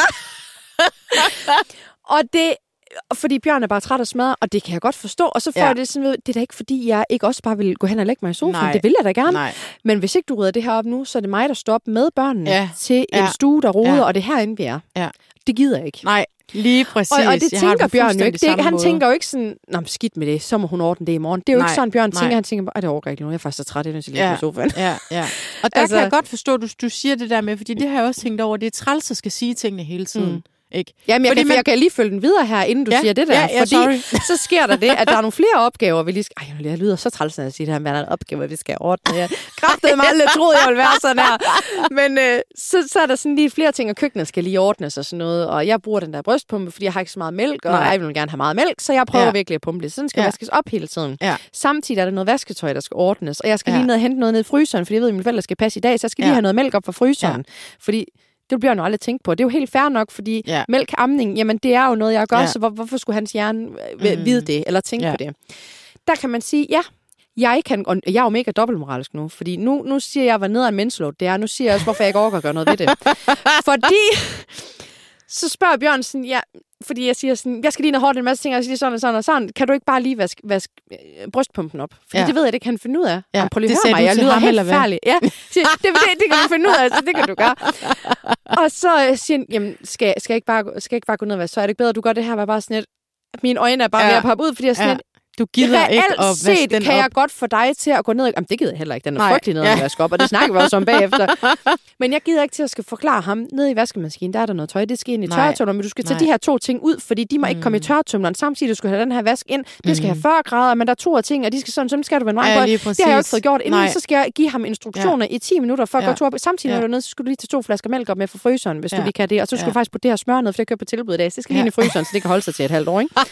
Og det, fordi Bjørn er bare træt og smadret, og det kan jeg godt forstå. Og så får jeg det sådan, det er da ikke fordi, jeg ikke også bare vil gå hen og lægge mig i sofaen. Nej. Det vil jeg da gerne. Nej. Men hvis ikke du rydder det her op nu, så er det mig, der står op med børnene til en stue, der roder, og det er herinde, vi er. Ja. Det gider jeg ikke. Nej. Lige præcis. Og det tænker Bjørn jo ikke. Han tænker jo ikke sådan, nå, skidt med det, så må hun ordne det i morgen. Det er jo ikke sådan, Bjørn tænker. Han tænker bare, det overgår ikke nu. Jeg er faktisk så træt, jeg ligger i sofaen. Ja. Og der kan jeg godt forstå, du siger det der med, fordi det har jeg også tænkt over, det er træls at skal sige tingene hele tiden. Ikke? Jamen, jeg kan lige følge den videre her, inden du siger det der. Fordi så sker der det, at der er nogle flere opgaver, vi lige skal... Ej, jeg lyder så træls, når jeg siger det her, men der er opgaver, vi skal ordne. Jeg kræftede mig aldrig troede, jeg ville være sådan her. Men så er der sådan lige flere ting, og køkkenet skal lige ordnes og sådan noget. Og jeg bruger den der brystpumpe, fordi jeg har ikke så meget mælk, og jeg vil gerne have meget mælk, så jeg prøver virkelig at pumpe det. Så den skal vaskes op hele tiden. Ja. Samtidig er der noget vasketøj, der skal ordnes, og jeg skal lige ned og hente noget ned i fryseren, fordi jeg ved, at mine forældre skal passe i dag, så jeg skal lige have noget mælk op fra fryseren. Fordi det bliver jeg jo aldrig tænkt på. Det er jo helt fair nok, fordi mælkamning, jamen det er jo noget, jeg gør, så hvorfor skulle hans hjerne vide det, eller tænke på det? Der kan man sige, jeg er jo mega dobbeltmoralsk nu, fordi nu siger jeg, hvad nederen mental load det er, nu siger jeg også, hvorfor jeg ikke overgår at gøre noget ved det. Fordi, så spørger Bjørn sådan, fordi jeg siger sådan, jeg skal lige have hårdt en masse ting, og jeg siger sådan og sådan og sådan, kan du ikke bare lige vaske brystpumpen op? Fordi det ved jeg, det kan han finde ud af. Ja, prøv lige at høre mig, jeg lyder helt færdig. Ja, det kan du finde ud af, så det kan du gøre. Og så siger han, jamen, skal jeg ikke bare gå ned og vaske, så er det ikke bedre, du gør det her, var bare sådan lidt, mine øjne er bare ved at poppe ud, fordi jeg sådan lidt, du gider ikke at vaske den op. Kan jeg godt få dig til at gå ned. Jamen, det gider jeg heller ikke. Den er frygtelig ned at vaske op, og det snakker vi også om bagefter. Men jeg gider ikke til at skal forklare ham, nede i vaskemaskinen, der er der noget tøj, det skal ind i tørretumleren, men du skal tage de her 2 ting ud, fordi de må ikke komme i tørretumleren. Samtidig du skal have den her vask ind. Det skal have 40 grader, men der er 2 ting, og de skal sådan skal du med en vej. Det har jeg jo ikke fået gjort. Inden så skal jeg give ham instruktioner i 10 minutter for at gå tur op. Samtidig når du ned, så skal du lige tage 2 flasker mælk op med fra fryseren, hvis du lige kan det. Og så skal du faktisk putte det her smør ned, for det køber på tilbud i dag. Så det skal lige ind i fryseren, så det kan holde sig til et halvt år, ikke?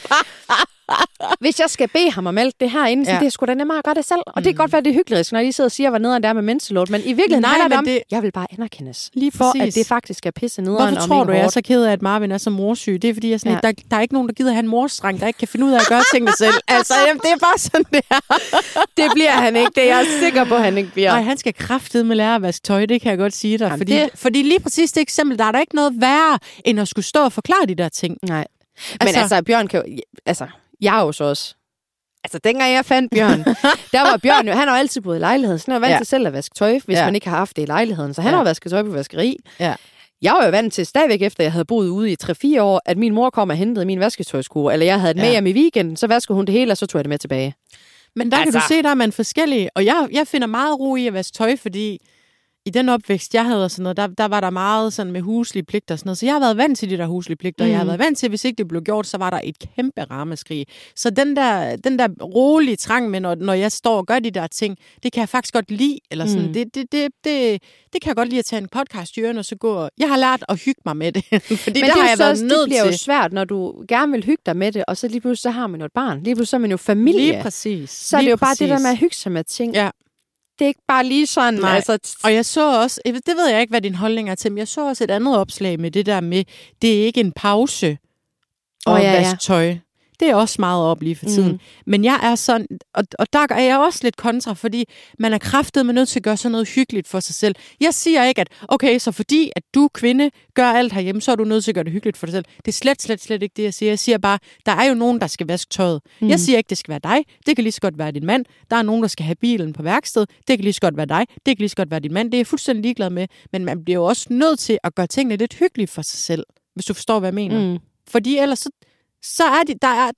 Hvis jeg skal bede ham om alt det her inden, så det er sgu da nemmere at gøre det selv. Og det kan godt være, det er hyggeligt, når I sidder og siger, hvad nederen der er med mental load. Men i virkeligheden handler det om, jeg vil bare anerkendes. Lige for, at det faktisk er pisse nederen. Hvorfor tror du, jeg er så ked af, at Marvin er så morsyg? Det er fordi, jeg sådan, der er ikke nogen, der gider have en morstreng, der ikke kan finde ud af at gøre tingene selv. Altså, det er bare sådan, det er. Det bliver han ikke. Det er jeg sikker på, han ikke bliver. Nej, han skal kraftedeme lære at vaske tøj, det kan jeg godt sige dig. Fordi lige præcis det eksempel, der er der ikke noget værre, end at skulle stå og forklare de der ting. Nej. Men altså Bjørn kan jo... Jeg er jo så også... Altså, dengang jeg fandt Bjørn, der var Bjørn jo... Han har altid boet i lejligheden, så han var vant til selv at vaske tøj, hvis man ikke har haft det i lejligheden. Så han har vasket tøj på vaskeri. Ja. Jeg var jo vant til stadigvæk, efter jeg havde boet ude i 3-4 år, at min mor kom og hentede min vasketøjskurve, eller jeg havde det med hjem i weekenden, så vaskede hun det hele, og så tog jeg det med tilbage. Men der kan du se, der er man forskellige. Og jeg finder meget ro i at vaske tøj, fordi... I den opvækst, jeg havde og sådan noget, der var der meget sådan med huslige pligter og sådan noget. Så jeg har været vant til de der huslige pligter. Jeg har været vant til, at hvis ikke det blev gjort, så var der et kæmpe ramaskrig. Så den der rolige trang med, når jeg står og gør de der ting, det kan jeg faktisk godt lide. Eller sådan, det kan jeg godt lide at tage en podcast i ørene og så gå. Jeg har lært at hygge mig med det. Fordi men der har jeg været nødt til. Det bliver jo svært, når du gerne vil hygge dig med det, og så lige pludselig så har man jo et barn. Lige pludselig så er man jo familie. Lige præcis. Så er det jo bare det der med at hygge sig med ting. Ja. Det er ikke bare lige sådan. Nej. Altså, og jeg så også, det ved jeg ikke, hvad din holdning er til, men jeg så også et andet opslag med det der med, det er ikke en pause at vaske tøj. Det er også meget op lige for tiden. Men jeg er sådan, og der er jeg også lidt kontra, fordi man er kraftedeme nødt til at gøre sådan noget hyggeligt for sig selv. Jeg siger ikke, at okay, så fordi at du kvinde gør alt herhjemme, så er du nødt til at gøre det hyggeligt for dig selv. Det er slet ikke det, jeg siger. Jeg siger bare, der er jo nogen, der skal vaske tøjet. Jeg siger ikke, det skal være dig. Det kan lige så godt være din mand. Der er nogen, der skal have bilen på værksted. Det kan lige så godt være dig. Det kan lige så godt være din mand. Det er jeg fuldstændig ligeglad med. Men man bliver jo også nødt til at gøre tingene lidt hyggeligt for sig selv, hvis du forstår, hvad jeg mener. Fordi ellers så er der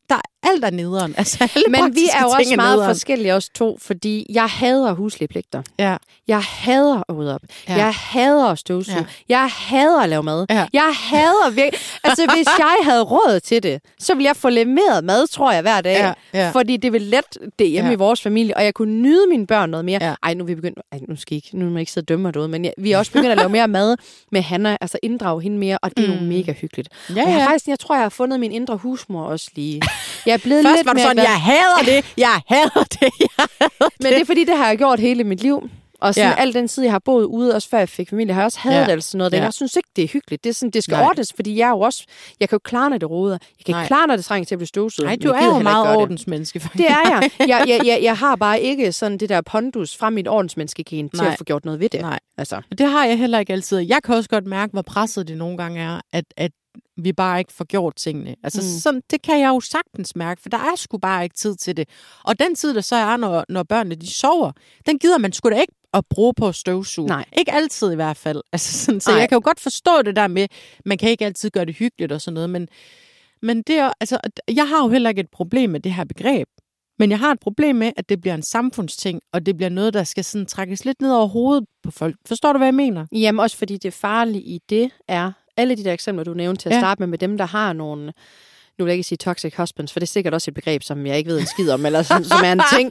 alt er nederen. Altså, alle men vi er jo også meget nederen. forskellige os to, fordi jeg hader huslige pligter. Ja. Jeg hader at rydde op. Ja. Jeg hader at støvsuge. Ja. Jeg hader at lave mad. Ja. Jeg hader virkelig... Altså, hvis jeg havde råd til det, så ville jeg få leveret mad, tror jeg, hver dag. Ja. Fordi det ville let det hjemme i vores familie, og jeg kunne nyde mine børn noget mere. Ja. Ej, nu er vi begyndt... Ej, nu må jeg ikke sidde og dømme mig derude, men vi er også begyndt at lave mere mad med Hanna, altså inddrage hende mere, og det er jo mega hyggeligt. Ja, ja. Og jeg tror, jeg har fundet min indre husmor også lige. Jeg er blevet først lidt var du sådan, jeg hader det. Men det er fordi, det har jeg gjort hele mit liv. Og sådan al den tid, jeg har boet ude, også før jeg fik familie, har jeg også hadet altså noget. Jeg synes ikke, det er hyggeligt. Det er sådan, det skal ordnes, fordi jeg er jo også... Jeg kan jo klare, når det roder. Jeg kan ikke klare, når det trænger til at blive støvsuget. Nej, du er jo meget ordensmenneske. Det er jeg. Jeg har bare ikke sådan det der pondus fra mit ordensmenneskegen til at få gjort noget ved det. Nej. Altså. Det har jeg heller ikke altid. Jeg kan også godt mærke, hvor presset det nogle gange er, at vi bare ikke får gjort tingene. Altså, sådan, det kan jeg jo sagtens mærke, for der er sgu bare ikke tid til det. Og den tid, der så er, når børnene de sover, den gider man sgu da ikke at bruge på at støvsuge. Nej. Ikke altid i hvert fald. Altså, sådan, så jeg kan jo godt forstå det der med, man kan ikke altid gøre det hyggeligt og sådan noget, men det er, altså, jeg har jo heller ikke et problem med det her begreb. Men jeg har et problem med, at det bliver en samfundsting, og det bliver noget, der skal sådan trækkes lidt ned over hovedet på folk. Forstår du, hvad jeg mener? Jamen også fordi det farlige i det er, alle de der eksempler, du nævnte til at starte med dem, der har nogle, nu vil jeg ikke sige toxic husbands, for det er sikkert også et begreb, som jeg ikke ved en skid om, eller som er en ting.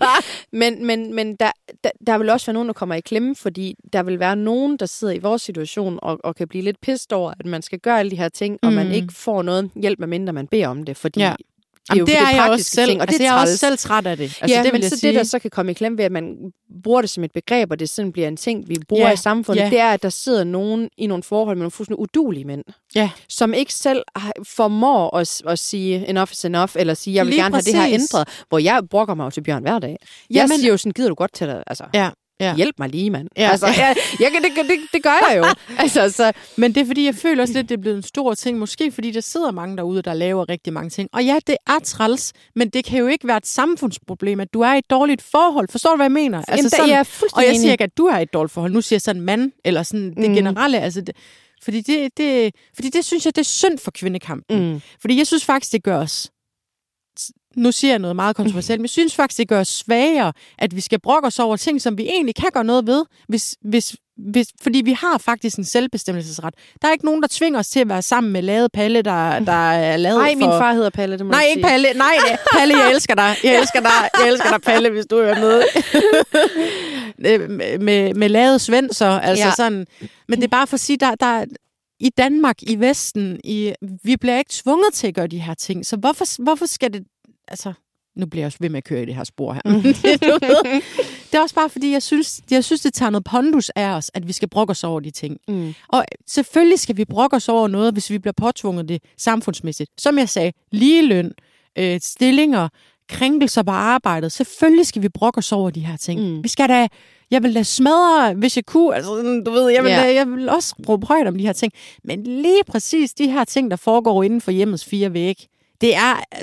Men der vil også være nogen, der kommer i klemme, fordi der vil være nogen, der sidder i vores situation og kan blive lidt pissed over, at man skal gøre alle de her ting, og man ikke får noget hjælp, medmindre man beder om det, fordi... Ja. Det er jeg også selv, ting, og det er jeg også selv træt af det. Altså, ja, det vil men jeg så sige. det, der så kan komme i klemme ved, at man bruger det som et begreb, og det sådan bliver en ting, vi bruger i samfundet, det er, at der sidder nogen i nogle forhold med nogle fuldstændig udulige mænd, som ikke selv formår at sige enough is enough, eller sige, jeg vil gerne have det her ændret, hvor jeg brokker mig jo til Bjørn hver dag. Jeg siger jo sådan, gider du godt til det? Altså. Hjælp mig lige, mand. Ja. Altså, det gør jeg jo. Altså, så. Men det er, fordi jeg føler også lidt, det er blevet en stor ting. Måske fordi der sidder mange derude, der laver rigtig mange ting. Og ja, det er træls, men det kan jo ikke være et samfundsproblem, at du er i et dårligt forhold. Forstår du, hvad jeg mener? Altså, sådan, jeg og jeg siger ikke, at du er i et dårligt forhold. Nu siger jeg sådan mand, eller sådan det generelle. Altså, fordi det synes jeg, det er synd for kvindekampen. Fordi jeg synes faktisk, det gør os... Nu siger jeg noget meget kontroversielt, men jeg synes faktisk, det gør os svagere, at vi skal brokke os over ting, som vi egentlig kan gøre noget ved, fordi vi har faktisk en selvbestemmelsesret. Der er ikke nogen, der tvinger os til at være sammen med lavet Palle, der er lavet Nej, min far hedder Palle, det må Nej, ikke Palle. Nej, Palle, jeg elsker dig. Jeg elsker dig, Palle, hvis du er med. med lavet Svend, så. Altså sådan. Men det er bare for at sige, der i Danmark, i Vesten, vi bliver ikke tvunget til at gøre de her ting. Så hvorfor skal det... Altså, nu bliver jeg også ved med at køre i det her spor her. Det er også bare fordi, jeg synes, det tager noget pondus af os, at vi skal brokke os over de ting. Og selvfølgelig skal vi brokke os over noget, hvis vi bliver påtvunget det samfundsmæssigt. Som jeg sagde, ligeløn, stillinger, krænkelser på arbejdet. Selvfølgelig skal vi brokke os over de her ting. Vi skal da... Jeg vil da smadre, hvis jeg kunne. Altså, du ved, jeg vil også råbe højt om de her ting. Men lige præcis de her ting, der foregår inden for hjemmets fire vægge, det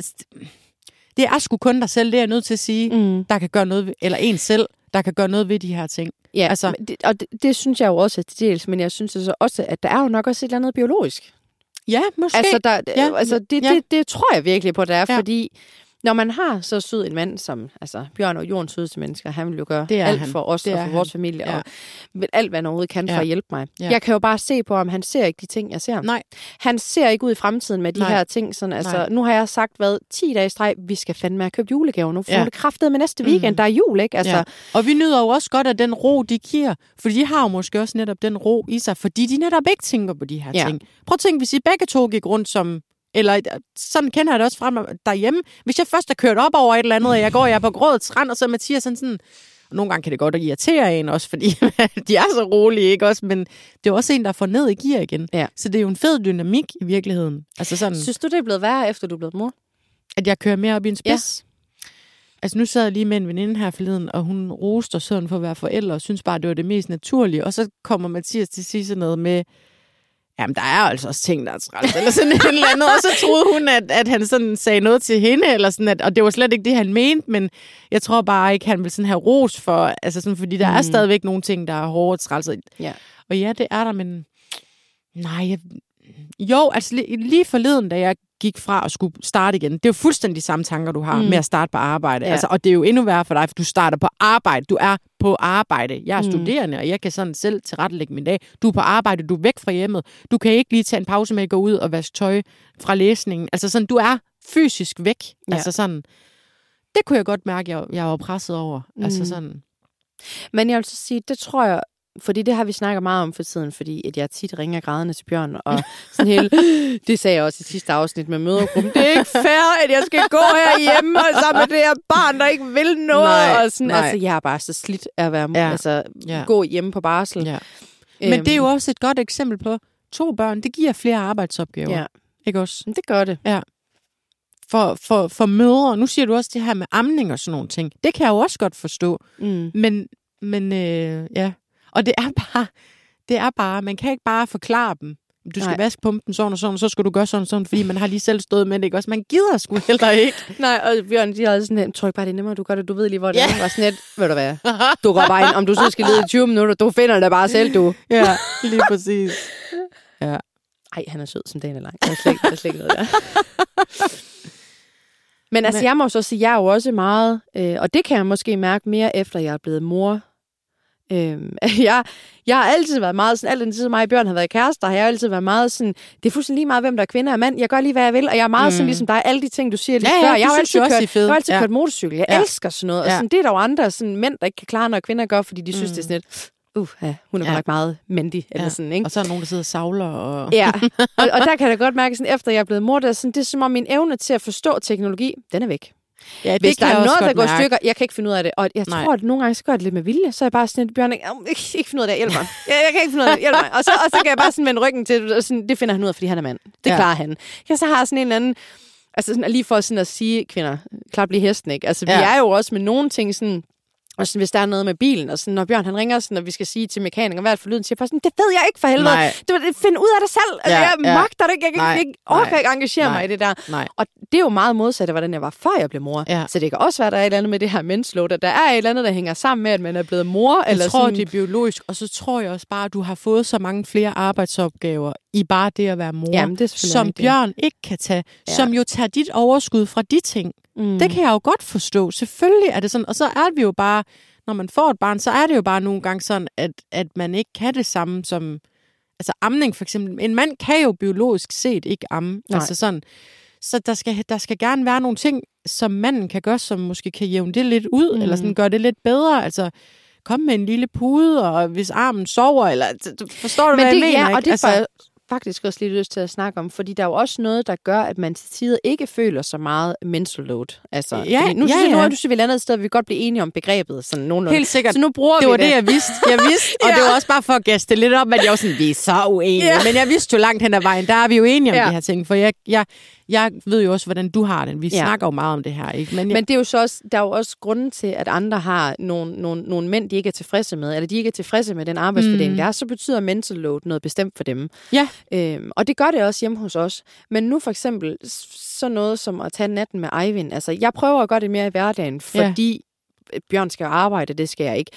er sgu kun dig selv, det er jeg nødt til at sige, der kan gøre noget ved, eller en selv, der kan gøre noget ved de her ting. Ja, altså, det synes jeg jo også til dels, men jeg synes altså også, at der er jo nok også et eller andet biologisk. Ja, måske. Altså, det tror jeg virkelig på, der er, fordi når man har så sød en mand som Bjørn og jordens sødeste mennesker, han vil jo gøre alt for os og for vores familie, og vil alt, hvad han overhovedet kan for at hjælpe mig. Ja. Jeg kan jo bare se på, om han ser ikke de ting, jeg ser. Nej. Han ser ikke ud i fremtiden med de her ting. Sådan, nu har jeg sagt, 10 dage i streg, vi skal fandme have købt julegaver nu, for det kraftede med næste weekend, der er jul, ikke? Altså. Ja. Og vi nyder jo også godt af den ro, de giver, for de har jo måske også netop den ro i sig, fordi de netop ikke tænker på de her ting. Prøv at tænke, hvis I begge to gik rundt som... Eller sådan kender jeg det også fra derhjemme. Hvis jeg først er kørt op over et eller andet, og jeg er på Grådets Rand, og så er Mathias sådan... Og nogle gange kan det godt irritere en også, fordi de er så rolige, ikke også? Men det er også en, der får ned i gear igen. Ja. Så det er jo en fed dynamik i virkeligheden. Altså sådan, synes du, det er blevet værre, efter du er blevet mor? At jeg kører mere op i en spids? Ja. Altså nu sad jeg lige med en veninde her forleden, og hun roste og sådan for at være forældre, og synes bare, det var det mest naturlige. Og så kommer Mathias til at sige sådan noget med... Jamen, der er altså også ting, der er træls, eller sådan et eller andet. Og så troede hun, at han sådan sagde noget til hende, eller sådan, og det var slet ikke det, han mente, men jeg tror bare ikke, han ville sådan have ros for, altså sådan, fordi der er stadigvæk nogle ting, der er hårde og træls. Ja. Og ja, det er der, men nej, jo, altså lige forleden, da jeg gik fra at skulle starte igen. Det er jo fuldstændig de samme tanker, du har med at starte på arbejde. Ja. Altså, og det er jo endnu værre for dig, for du starter på arbejde. Du er på arbejde. Jeg er studerende, og jeg kan sådan selv tilrettelægge min dag. Du er på arbejde, du er væk fra hjemmet. Du kan ikke lige tage en pause med at gå ud og vaske tøj fra læsningen. Altså sådan, du er fysisk væk. Ja. Altså sådan, det kunne jeg godt mærke, jeg var presset over. Altså sådan. Men jeg vil så sige, det tror jeg, fordi det har vi snakket meget om for tiden, fordi at jeg tit ringer grædende til Bjørn, og sådan helt, det sagde jeg også i sidste afsnit med mødergruppen, det er ikke fair, at jeg skal gå herhjemme og sammen med det her barn, der ikke vil noget. Og sådan, altså, jeg er bare så slidt af at være gå hjemme på barsel. Ja. Men det er jo også et godt eksempel på, 2 børn, det giver flere arbejdsopgaver. Ja. Ikke også? Det gør det. Ja. For mødre, nu siger du også det her med amning og sådan nogle ting. Det kan jeg jo også godt forstå. Men ja. Og det er bare, man kan ikke bare forklare dem. Du skal vaske pumpen sådan og sådan, så skal du gøre sådan og sådan, fordi man har lige selv stået med det, ikke også? Man gider sgu heller ikke. Nej, og Bjørn, de havde sådan her, tryk bare det nemmere, du gør det, du ved lige, hvor det er. Og sådan et, ved du hvad, du går bare ind, om du så skal lede i 20 minutter, du finder det bare selv, du. Ja, lige præcis. Ja. Ej, han er sød som dagen er lang. Der er slet ikke noget der. Men altså, jeg må så sige, jeg er jo også meget, og det kan jeg måske mærke mere, efter jeg er blevet mor. Jeg har altid været meget sådan, alt den tid, mig og Bjørn har været kærester, har jeg altid været meget sådan, det er fuldstændig lige meget, hvem der er kvinde og mand. Jeg gør lige, hvad jeg vil, og jeg er meget sådan, ligesom dig, alle de ting, du siger lige før. Jeg har altid kørt motorcykel. Jeg elsker sådan noget. Og sådan, det er der jo andre sådan, mænd, der ikke kan klare, når kvinder gør, fordi de synes, det er sådan lidt, hun er nok meget mandig, eller sådan, ikke? Og så er der nogen, der sidder og savler. Og ja, og der kan jeg godt mærke, sådan, efter jeg er blevet mor, det er som om min evne til at forstå teknologi, den er væk. Ja, hvis der er noget, der går i stykker, jeg kan ikke finde ud af det. Og jeg tror, at nogle gange så gør det lidt med vilje. Så er jeg bare sådan, Bjørn, jeg kan ikke finde ud af det, hjælp mig. Jeg kan ikke finde ud af det, hjælp mig. Og så kan jeg bare sådan vende ryggen til, og sådan, det finder han ud af, fordi han er mand. Det klarer han. Jeg så har sådan en eller anden, altså sådan, lige for sådan at sige, kvinder, klart blive hesten, ikke? Altså vi er jo også med nogle ting sådan, og sådan, hvis der er noget med bilen, og sådan, når Bjørn han ringer, sådan, og vi skal sige til mekanikeren, hvad er det for lyden, siger jeg bare sådan, det ved jeg ikke for helvede. Find ud af det selv. Altså, jeg magter det ikke. Jeg kan ikke engagere mig i det der. Nej. Og det er jo meget modsat af, hvordan jeg var, før jeg blev mor. Ja. Så det kan også være, at der er et eller andet med det her mensload, at der er et eller andet, der hænger sammen med, at man er blevet mor. Jeg tror, det er biologisk, og så tror jeg også bare, at du har fået så mange flere arbejdsopgaver i bare det at være mor, jamen, det som Bjørn ikke kan tage, som jo tager dit overskud fra de ting. Det kan jeg jo godt forstå. Selvfølgelig er det sådan, og så er vi jo bare, når man får et barn, så er det jo bare nogle gange sådan, at man ikke kan det samme som, altså amning for eksempel. En mand kan jo biologisk set ikke amme. Altså sådan, så der skal gerne være nogle ting, som manden kan gøre, som måske kan jævne det lidt ud, eller sådan gøre det lidt bedre. Altså, kom med en lille pude, og hvis armen sover, eller forstår du, hvad jeg mener? Ja, og det altså, er faktisk også lidt lyst til at snakke om, fordi der er jo også noget, der gør, at man til tider ikke føler så meget mental load. Altså, nu synes vi et andet sted, vi kan godt blive enige om begrebet. Sådan nogenlunde. Helt sikkert. Så nu bruger det vi var det, jeg vidste. Og det var også bare for at gaste lidt op, at jeg var sådan, vi er så uenige. Men jeg vidste jo langt hen ad vejen, der er vi jo enige om de her ting, for jeg ved jo også, hvordan du har det. Vi snakker jo meget om det her, ikke? Men det er jo så også, der er jo også grunden til, at andre har nogle mænd, de ikke er tilfredse med, eller de ikke er tilfredse med den arbejdsfordeling, der er, så betyder mental load noget bestemt for dem. Ja. Og det gør det også hjemme hos os. Men nu for eksempel sådan noget som at tage natten med Eivind. Altså, jeg prøver at gøre det mere i hverdagen, fordi Bjørn skal arbejde, det skal jeg ikke.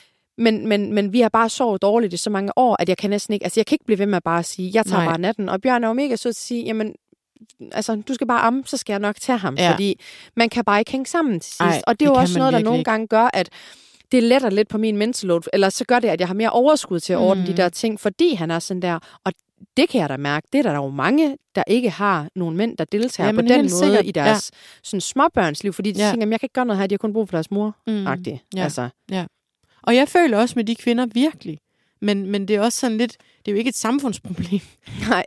Men vi har bare sovet dårligt i så mange år, at jeg kan næsten ikke, altså jeg kan ikke blive ved med at bare sige, jeg tager bare natten. Og Bjørn er jo mega sød til at sige, jamen, altså, du skal bare amme, så skal jeg nok tage ham, fordi man kan bare ikke hænge sammen til sidst. Og det er jo også noget, der nogle gange gør, at det letter lidt på min mental load, eller så gør det, at jeg har mere overskud til at ordne de der ting, fordi han er sådan der. Og det kan jeg da mærke. Det er der jo mange, der ikke har nogen mænd, der deltager på den måde i deres sådan småbørnsliv, fordi de tænker, jeg kan ikke gøre noget her, de har kun brug for deres mor. Altså. Ja. Og jeg føler også med de kvinder virkelig, men det er også sådan lidt, det er jo ikke et samfundsproblem. Nej.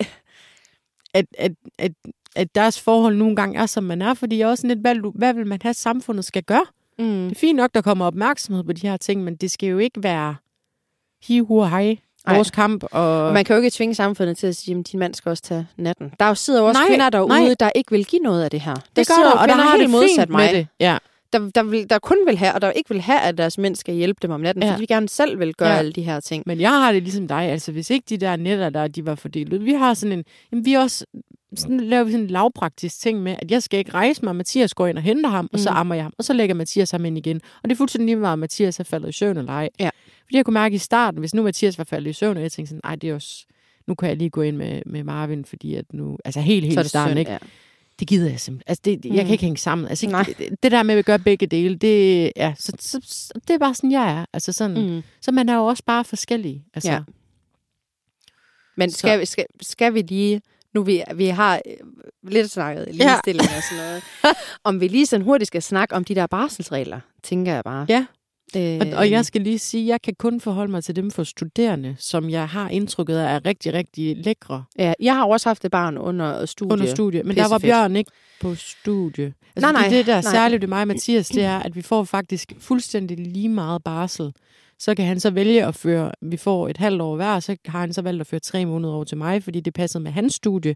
At deres forhold nogle gange er, som man er, fordi jeg er også sådan lidt, hvad vil man have, samfundet skal gøre? Det er fint nok, der kommer opmærksomhed på de her ting, men det skal jo ikke være hi, hu og hej, vores kamp. Og man kan jo ikke tvinge samfundet til at sige, at din mand skal også tage natten. Der sidder jo også kvinder derude, der ikke vil give noget af det her. Det gør der, og der har det modsat mig. Det. Ja. Der kun vil have, og der ikke vil have, at deres mænd skal hjælpe dem om natten, fordi vi gerne selv vil gøre alle de her ting. Men jeg har det ligesom dig, altså hvis ikke de der netter, de var fordelt ud. Vi har sådan vi også laver sådan en lavpraktisk ting med, at jeg skal ikke rejse mig, Mathias går ind og henter ham, og så ammer jeg ham, og så lægger Mathias ham ind igen. Og det er fuldstændig lige meget, at Mathias er faldet i søvn eller ej. Ja. Fordi jeg kunne mærke i starten, hvis nu Mathias var faldet i søvn, og jeg tænkte sådan, det er også, nu kan jeg lige gå ind med Marvin, fordi at nu, altså helt i starten, ikke? Det gider jeg simpelthen. Altså, jeg kan ikke hænge sammen. Altså, det der med at gøre begge dele, det er bare sådan, jeg er. Altså sådan, så man er jo også bare forskellig. Altså. Ja. Men skal vi lige, nu vi har lidt snakket ligestilling og sådan noget, om vi lige sådan hurtigt skal snakke om de der barselsregler, tænker jeg bare. Ja. Og jeg skal lige sige, at jeg kan kun forholde mig til dem for studerende, som jeg har indtrykket af er rigtig, rigtig lækre. Ja, jeg har også haft et barn under studie. Men der var Bjørn ikke på studie. Altså, nej. Det der særligt ved mig og Mathias, det er, at vi får faktisk fuldstændig lige meget barsel. Så kan han så vælge at føre, vi får et halvt år hver, så har han så valgt at føre 3 måneder over til mig, fordi det passede med hans studie.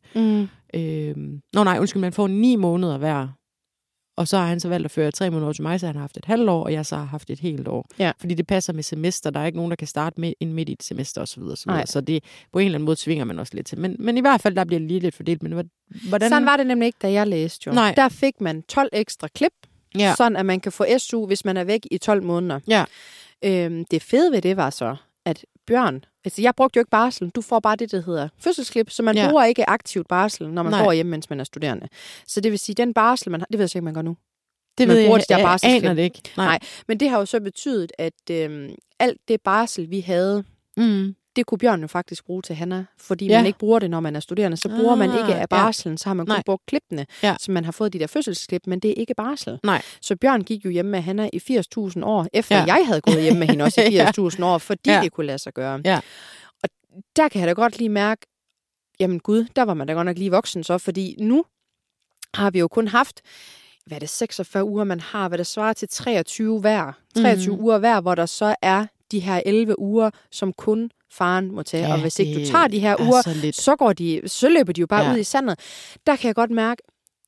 Man får 9 måneder hver. Og så har han så valgt at føre 3 måneder til mig, så han har haft et halvt år, og jeg så har haft et helt år. Ja. Fordi det passer med semester. Der er ikke nogen, der kan starte midt i et semester osv. Så det på en eller anden måde tvinger man også lidt til. Men i hvert fald, der bliver lige lidt fordelt. Men hvordan? Sådan var det nemlig ikke, da jeg læste jo. Nej. Der fik man 12 ekstra klip, sådan at man kan få SU, hvis man er væk i 12 måneder. Ja. Det fede ved det var så, at Bjørn, altså jeg brugte jo ikke barsel, du får bare det, der hedder fødselsklip, så man bruger ikke aktivt barsel, når man går hjemme, mens man er studerende. Så det vil sige, den barsel, man har, det ved jeg ikke, man gør nu. Det ved jeg aner det ikke. Nej, men det har jo så betydet, at alt det barsel, vi havde, det kunne Bjørn jo faktisk bruge til Hanna, fordi man ikke bruger det, når man er studerende. Så bruger man ikke af barselen, så har man kun brugt klippene, så man har fået de der fødselsklip, men det er ikke barsel. Nej. Så Bjørn gik jo hjemme med Hanna i 80.000 år, efter jeg havde gået hjemme med hende også i 80.000 år, fordi det kunne lade sig gøre. Ja. Og der kan jeg da godt lige mærke, jamen gud, der var man da godt nok lige voksen så, fordi nu har vi jo kun haft, hvad er det, 46 uger, man har, hvad det svarer til 23 hver. 23 uger hver, hvor der så er de her 11 uger, som kun faren må tage. Og hvis ikke du tager de her uger, så løber de jo bare ud i sandet. Der kan jeg godt mærke,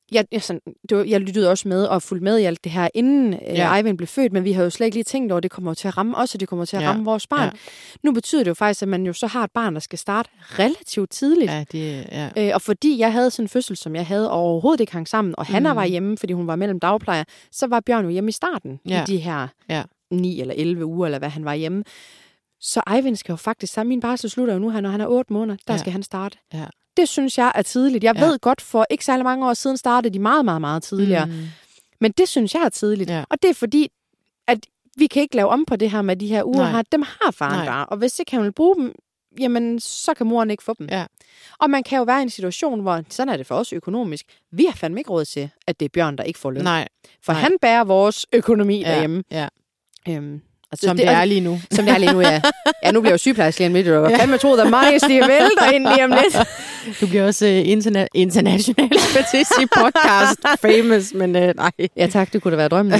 jeg lyttede også med og fulgte med i alt det her, inden Eivind blev født, men vi har jo slet ikke lige tænkt over, at det kommer til at ramme os, og det kommer til at ramme vores barn. Ja. Nu betyder det jo faktisk, at man jo så har et barn, der skal starte relativt tidligt. Og fordi jeg havde sådan en fødsel, som jeg havde, og overhovedet ikke hang sammen, og Hanna var hjemme, fordi hun var mellem dagplejer, så var Bjørn jo hjemme i starten i de her 9 eller 11 uger, eller hvad han var hjemme. Så Eivind skal jo faktisk, min barsel slutter jo nu, når han er 8 måneder, der skal han starte. Ja. Det synes jeg er tidligt. Jeg ved godt, for ikke særlig mange år siden startede de meget, meget, meget tidligere. Men det synes jeg er tidligt. Ja. Og det er fordi, at vi kan ikke lave om på det her med de her uger her. Dem har faren bare. Og hvis ikke han vil bruge dem, jamen, så kan moren ikke få dem. Ja. Og man kan jo være i en situation, hvor, sådan er det for os økonomisk, vi har fandme ikke råd til, at det er Bjørn, der ikke får løn. Nej. For han bærer vores økonomi derhjemme. Ja. Altså, som det er lige nu. Som det er lige nu, ja. Ja, nu bliver jeg sygeplejerske lige om lidt. Og fandme troede, der mange stiger vælter ind lige om lidt. Du bliver også international i podcast famous, men nej. Ja tak, det kunne da være drømmen.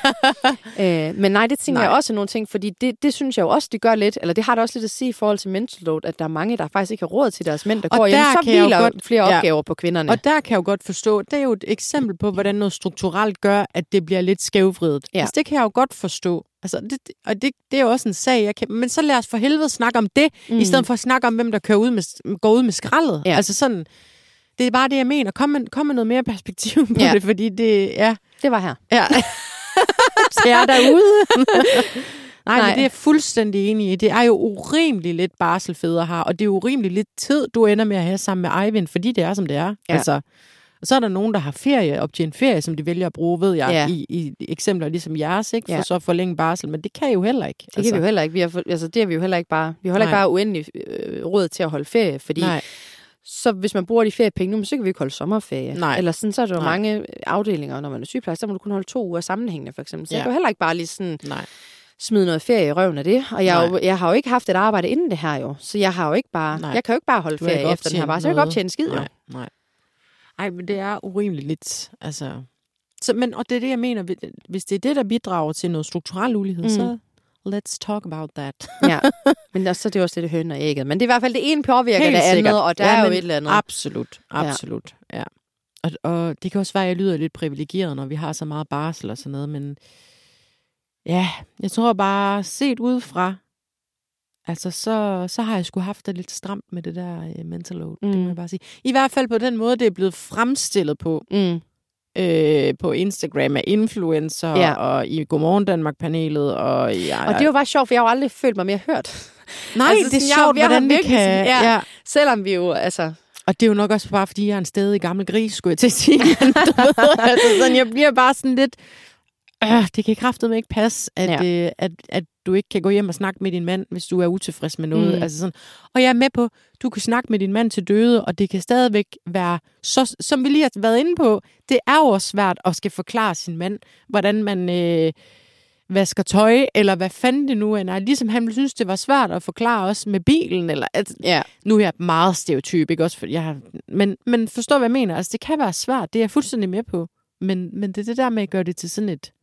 Men nej, det tænker jeg også nogle ting, fordi det synes jeg jo også, det gør lidt, eller det har det også lidt at sige i forhold til mental load, at der er mange, der faktisk ikke har råd til deres mænd, der går hjem, så hviler flere opgaver på kvinderne. Og der kan jeg jo godt forstå, det er jo et eksempel på, hvordan noget strukturelt gør, at det bliver lidt skævvridet. Ja. Altså, det kan jeg jo godt forstå. Altså, det er jo også en sag, men så lad os for helvede snakke om det, i stedet for at snakke om, hvem der går ud med skraldet. Ja. Altså sådan, det er bare det, jeg mener. Kom med noget mere perspektiv på det, fordi det, det var her. Ja. Tær derude. Nej, men det er jeg fuldstændig enig i. Det er jo urimeligt lidt barselfædre her, og det er jo urimeligt lidt tid, du ender med at have sammen med Eivind, fordi det er, som det er. Ja. Altså, og så er der nogen, der har optjent ferie, som de vælger at bruge, ved jeg, i eksempler ligesom jeres, ikke? For så at forlænge barsel, men det kan I jo heller ikke. Det kan vi jo heller ikke. Det har vi jo heller ikke bare. Vi har heller ikke bare uendelig råd til at holde ferie, fordi så hvis man bruger de feriepenge nu, så kan vi ikke holde sommerferie. Nej. Eller sådan, så er der jo mange afdelinger, når man er sygeplejerske, så må du kun holde 2 uger sammenhængende, for eksempel. Så jeg kan jo heller ikke bare lige sådan smide noget ferie i røven af det. Og jeg har jo ikke haft et arbejde inden det her jo, så jeg har jo ikke bare, jeg kan jo ikke bare holde ferie efter den her barsel. Så jeg kan ikke optjene en skid jo. Nej. Ej, men det er urimeligt lidt, altså. Og det er det, jeg mener, hvis det er det, der bidrager til noget strukturel ulighed, så let's talk about that. Ja, men så er det også lidt høn og ægget. Men det er i hvert fald det ene påvirker det andet, og der er jo et eller andet. Absolut, ja. Og det kan også være, at jeg lyder lidt privilegeret, når vi har så meget barsel og sådan noget, men ja, jeg tror bare, set udefra, altså, så har jeg sgu haft det lidt stramt med det der mental load, det må jeg bare sige. I hvert fald på den måde, det er blevet fremstillet på på Instagram af influencer og i Godmorgen Danmark-panelet. Og det er jo bare sjovt, for jeg har jo aldrig følt mig mere hørt. Nej, altså, det er sjovt, hvordan vi kan. Selvom vi jo, altså, Og det er jo nok også bare, fordi jeg er en stedig gammel gris, skulle jeg til at sige. Du ved, altså sådan, jeg bliver bare sådan lidt... det kan kraftedeme ikke passe, at du ikke kan gå hjem og snakke med din mand, hvis du er utilfreds med noget. Altså sådan. Og jeg er med på, du kan snakke med din mand til døde, og det kan stadigvæk være, så, som vi lige har været inde på, det er jo også svært at skal forklare sin mand, hvordan man vasker tøj, eller hvad fanden det nu er. Ligesom han ville synes, det var svært at forklare også med bilen, eller nu er jeg meget stereotyp, ikke også? For men forstår, hvad jeg mener. Altså, det kan være svært, det er jeg fuldstændig med på. Men det er det der med at gøre det til sådan et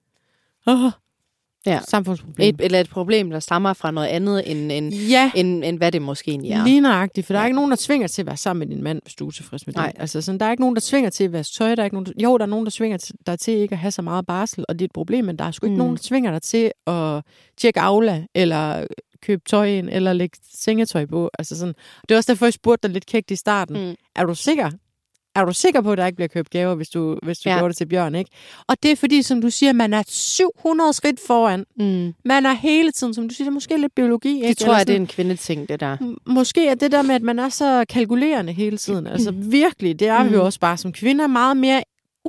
samfundsproblem. Et problem, der stammer fra noget andet, end hvad det måske egentlig er. Lige nøjagtigt, for der er ikke nogen, der tvinger til at være sammen med din mand, hvis du er tilfreds med det. Altså, sådan, der er ikke nogen, der tvinger til at vaske tøj. Der er ikke nogen, der er nogen, der tvinger dig til ikke at have så meget barsel, og det er et problem, men der er sgu ikke nogen, der tvinger dig til at tjekke Aula, eller købe tøj ind, eller lægge sengetøj på. Altså, sådan. Det er også derfor, jeg spurgte dig lidt kægt i starten. Er du sikker? Er du sikker på, at der ikke bliver købt gaver, hvis du gjorde det til Bjørn, ikke? Og det er fordi, som du siger, man er 700 skridt foran. Man er hele tiden, som du siger, det er måske lidt biologi, ikke? Det tror jeg, det er en kvindeting, det der. Måske er det der med, at man er så kalkulerende hele tiden. Altså virkelig, det er vi jo også bare som kvinder meget mere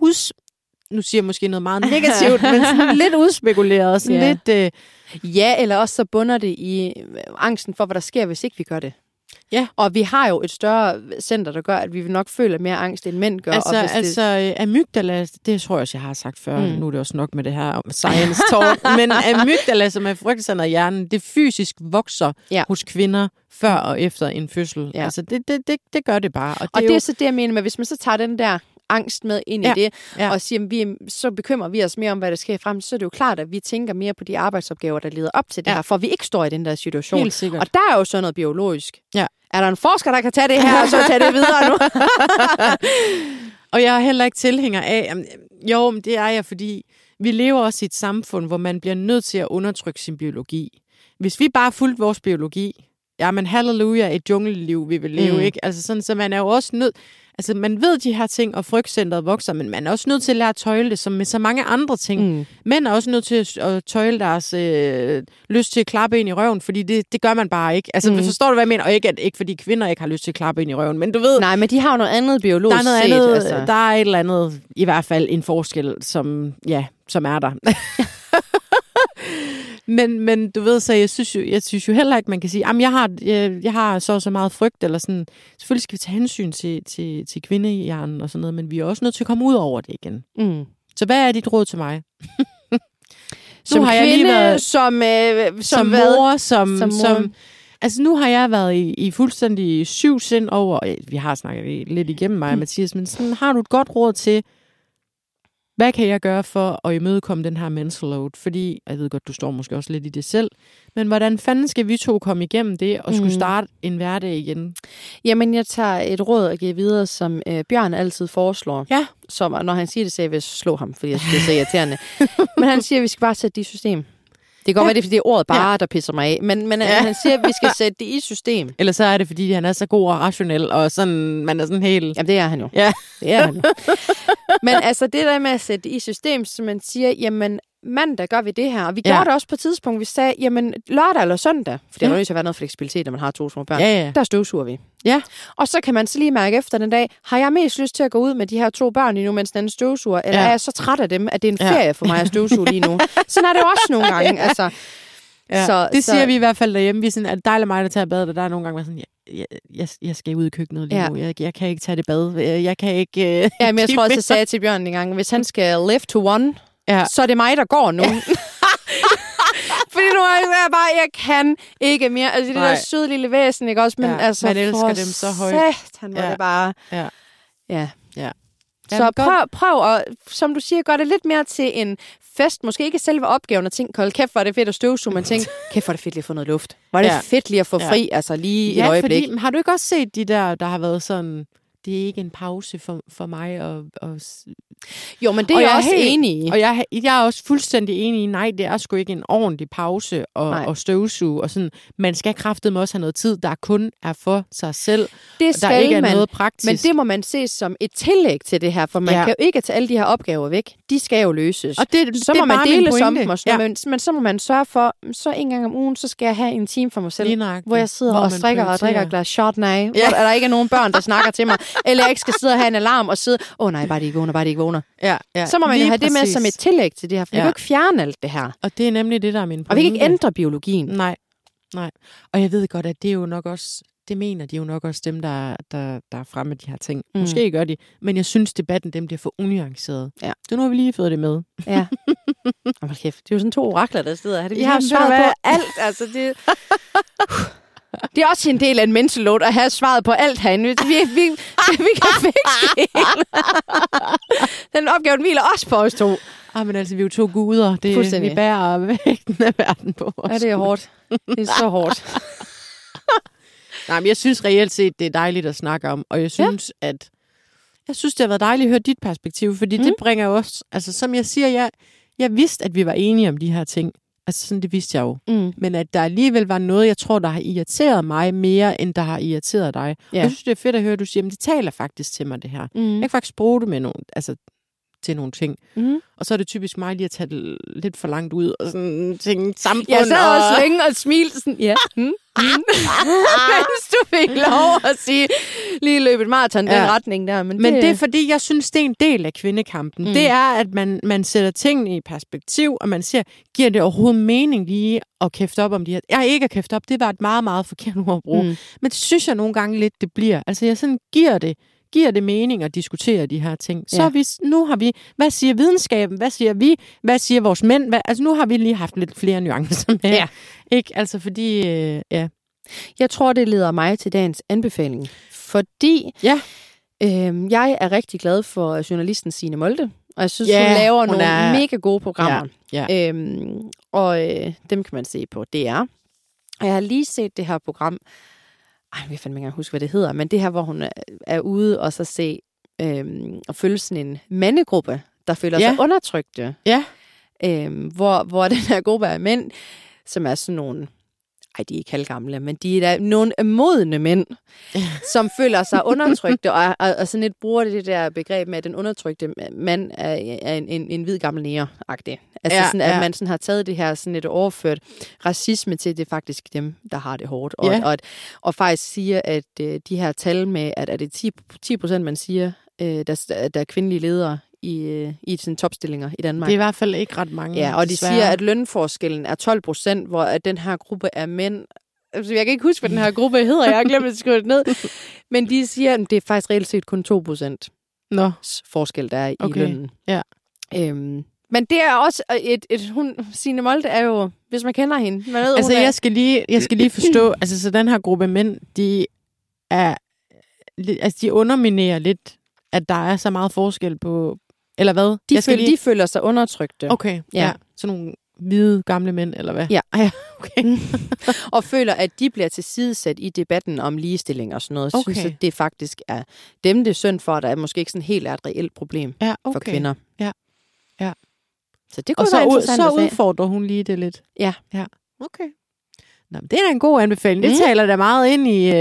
nu siger jeg måske noget meget negativt, men sådan lidt udspekuleret. Sådan lidt, Ja, eller også så bunder det i angsten for, hvad der sker, hvis ikke vi gør det. Ja. Og vi har jo et større center, der gør, at vi nok føler mere angst, end mænd gør. Altså amygdala, det tror jeg også, jeg har sagt før. Nu er det også nok med det her science talk. Men amygdala, som er frygtcentret i hjernen, det fysisk vokser hos kvinder før og efter en fødsel. Ja. Altså det gør det bare. Og det er så det, jeg mener med, hvis man så tager den der angst med ind i det, og siger, så bekymrer vi os mere om, hvad der sker frem, så er det jo klart, at vi tænker mere på de arbejdsopgaver, der leder op til det her, for vi ikke står i den der situation. Helt sikkert. Og der er jo sådan noget biologisk. Ja. Er der en forsker, der kan tage det her, og så tage det videre nu? Og jeg er heller ikke tilhænger af, jo, men det er jeg, fordi vi lever også i et samfund, hvor man bliver nødt til at undertrykke sin biologi. Hvis vi bare fulgte vores biologi, men halleluja, et jungleliv, vi vil leve, ikke? Altså sådan, så man er jo også nødt... Altså, man ved de her ting, og frygtcentret vokser, men man er også nødt til at lære at tøjle det, som med så mange andre ting. Mænd er også nødt til at tøjle deres lyst til at klappe ind i røven, fordi det gør man bare ikke. Altså, forstår du, hvad jeg mener? Og ikke fordi kvinder ikke har lyst til at klappe ind i røven, men du ved... Nej, men de har jo noget andet biologisk set. Der er et eller andet, i hvert fald en forskel, som er der. Men du ved, så jeg synes jo heller ikke, man kan sige, jeg har så meget frygt, eller sådan. Selvfølgelig skal vi tage hensyn til kvindehjernen og sådan noget, men vi er også nødt til at komme ud over det igen. Så hvad er dit råd til mig? Som har kvinde, jeg lige været, som mor, som altså nu har jeg været i fuldstændig 7 sind over, vi har snakket lidt igennem mig, Mathias, men sådan, har du et godt råd til, hvad kan jeg gøre for at imødekomme den her mental load? Fordi, jeg ved godt, du står måske også lidt i det selv, men hvordan fanden skal vi to komme igennem det og skulle starte en hverdag igen? Jamen, jeg tager et råd og giver videre, som Bjørn altid foreslår. Ja. Som, når han siger det, så jeg vil slå ham, fordi jeg synes, det er så irriterende. Men han siger, at vi skal bare sætte det i system. Det kan godt være, det er ordet bare, der pisser mig af. Men han siger, at vi skal sætte det i system. Eller så er det, fordi han er så god og rationel, og sådan, man er sådan helt... Jamen, det er han jo. Ja. Det er han jo. Men altså, det der med at sætte det i system, så man siger, jamen, mandag gør vi det her. Og vi gjorde det også på et tidspunkt, vi sagde, jamen, lørdag eller søndag, for det er nødt til at være noget fleksibilitet, når man har 2 små børn. Der støvsuger vi. Ja. Og så kan man så lige mærke efter den dag, har jeg mest lyst til at gå ud med de her 2 børn lige nu, mens den anden støvsuger, eller er jeg så træt af dem, at det er en ferie for mig at støvsuge lige nu? Sådan er det også nogle gange, altså. Ja, så siger vi i hvert fald derhjemme. Vi er sådan, at dig eller mig, der tager bad, og der er nogle gange sådan, jeg skal ud i køkkenet lige nu. Jeg kan ikke tage det bad. Jeg kan ikke... men jeg tror også, jeg sagde til Bjørn en gang, hvis han skal live to one, så er det mig, der går nu. Fordi nu er jeg bare, jeg kan ikke mere. Altså, det der søde lille væsen, ikke også? Men altså, man elsker dem så højt. Han var det bare... Ja. Så prøv at, som du siger, gør det lidt mere til en fest. Måske ikke selve opgaven at tænke, hold kæft, hvor er det fedt at støvsuge, men tænk, kæft, hvor er det fedt lige at få noget luft. Hvor er det fedt lige at få fri, altså lige et øjeblik. Fordi, har du ikke også set de der har været sådan det er ikke en pause for mig. Jo, men det er jeg også enig i. Og jeg er også fuldstændig enig i, nej, det er sgu ikke en ordentlig pause og støvsuge. Og sådan, man skal kraftedeme også have noget tid, der kun er for sig selv. Det skal der ikke er man, noget praktisk. men det må man se som et tillæg til det her, for man kan jo ikke tage alle de her opgaver væk. De skal jo løses. Og så må man dele om dem, men så må man sørge for, så en gang om ugen, så skal jeg have en time for mig selv, hvor jeg sidder og strikker og drikker et glas Chardonnay, hvor der ikke er nogen børn, der snakker til mig, eller jeg ikke skal sidde og have en alarm og sidde, nej, bare de ikke vågner. Så må man jo have det med som et tillæg til det her, for vi kan jo ikke fjerne alt det her. Og det er nemlig det, der er min pointe. Og vi kan ikke ændre biologien. Nej. Og jeg ved godt, at det er jo nok også, det mener de jo nok også dem, der er fremme med de her ting. Måske gør de, men jeg synes, debatten dem bliver for unuanceret. Ja. Så nu har vi lige fået det med. Ja. Hold kæft, det er jo sådan 2 orakler, der sidder her. Vi har svaret på alt, altså det... Det er også en del af en mental load at have svaret på alt herinde. Vi kan fikse det hele. Den opgave hviler også på os 2. Men altså, vi er jo 2 guder. Vi bærer vægten af verden på os. Ja, det er hårdt. Det er så hårdt. Nej, men jeg synes reelt set, det er dejligt at snakke om. Og jeg synes, det har været dejligt at høre dit perspektiv, fordi det bringer jo også... Altså, som jeg siger, jeg vidste, at vi var enige om de her ting. Altså sådan, det vidste jeg jo. Men at der alligevel var noget, jeg tror, der har irriteret mig mere, end der har irriteret dig. Ja. Og jeg synes, det er fedt at høre, at du siger, at det taler faktisk til mig, det her. Jeg kan faktisk bruge det med til nogle ting. Og så er det typisk mig lige at tage det lidt for langt ud, og sådan ting samfund. Jeg sad også længe og smilte sådan, mens du fik lov at sige, lige løbet maraton den retning der. Men det er fordi, jeg synes, det er en del af kvindekampen. Det er, at man sætter tingene i perspektiv, og man siger, giver det overhovedet mening lige at kæfte op om de her? Jeg ikke at kæfte op, det var et meget, meget forkert ord at bruge. Men det synes jeg nogle gange lidt, det bliver. Altså, jeg sådan giver det mening at diskutere de her ting. Så nu har vi, hvad siger videnskaben, hvad siger vi, hvad siger vores mænd, altså nu har vi lige haft lidt flere nuancer med. Ja. Ikke? Altså fordi, Jeg tror, det leder mig til dagens anbefaling, fordi jeg er rigtig glad for journalisten Signe Molde, og jeg synes, hun laver nogle mega gode programmer. Ja. Dem kan man se på DR. Og jeg har lige set det her program, jeg kan fandme ikke engang huske, hvad det hedder, men det her, hvor hun er ude og så se og følge sådan en mandegruppe, der føler sig undertrykte. Ja. Hvor den her gruppe af mænd, som er sådan nogle, de er ikke halvgamle, men de er da nogle modne mænd, som føler sig undertrykte, og sådan lidt bruger det der begreb med, at den undertrykte mand er en hvid gammel nære-agtig. Altså sådan, at man sådan har taget det her sådan lidt overført racisme til, det er faktisk dem, der har det hårdt. Og faktisk siger, at de her tal med, at er det 10%, man siger, der er kvindelige ledere i sådan topstillinger i Danmark. Det er i hvert fald ikke ret mange. Ja, og de siger, at lønforskellen er 12%, hvor at den her gruppe af mænd, altså jeg kan ikke huske, hvad den her gruppe hedder, jeg har glemt at skrive det ned, men de siger, at det er faktisk reelt set kun 2% forskel, der er i lønnen. Ja. Men det er også Signe Molde er jo, hvis man kender hende. Man ved, altså jeg skal lige forstå, altså så den her gruppe mænd, de underminerer lidt, at der er så meget forskel på, eller hvad? De føler sig undertrykte. Okay, ja. Sådan nogle hvide gamle mænd, eller hvad? Ja. Okay. Og føler, at de bliver tilsidesat i debatten om ligestilling og sådan noget. Okay. Synes, at det faktisk er dem, det er synd for, at der måske ikke sådan helt er et reelt problem for kvinder. Ja. Så det kunne være interessant så udfordrer hun lige det lidt. Ja. Okay. Nå, det er da en god anbefaling. Det taler da meget ind i,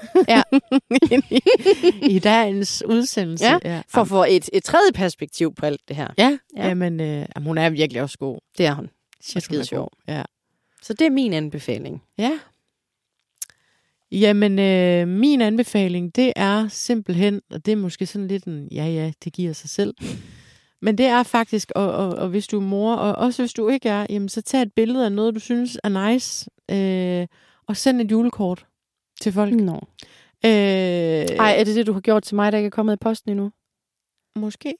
i dagens udsendelse. Ja. For at få et tredje perspektiv på alt det her. Ja. Jamen, hun er virkelig også god. Det er hun. Det er skide sjov. Ja. Så det er min anbefaling. Ja. Jamen, min anbefaling, det er simpelthen, og det er måske sådan lidt en, det giver sig selv. Men det er faktisk, og hvis du er mor, og også hvis du ikke er, jamen, så tag et billede af noget, du synes er nice, og send et julekort til folk. Nå. Er det, du har gjort til mig, der ikke er kommet i posten endnu? Måske.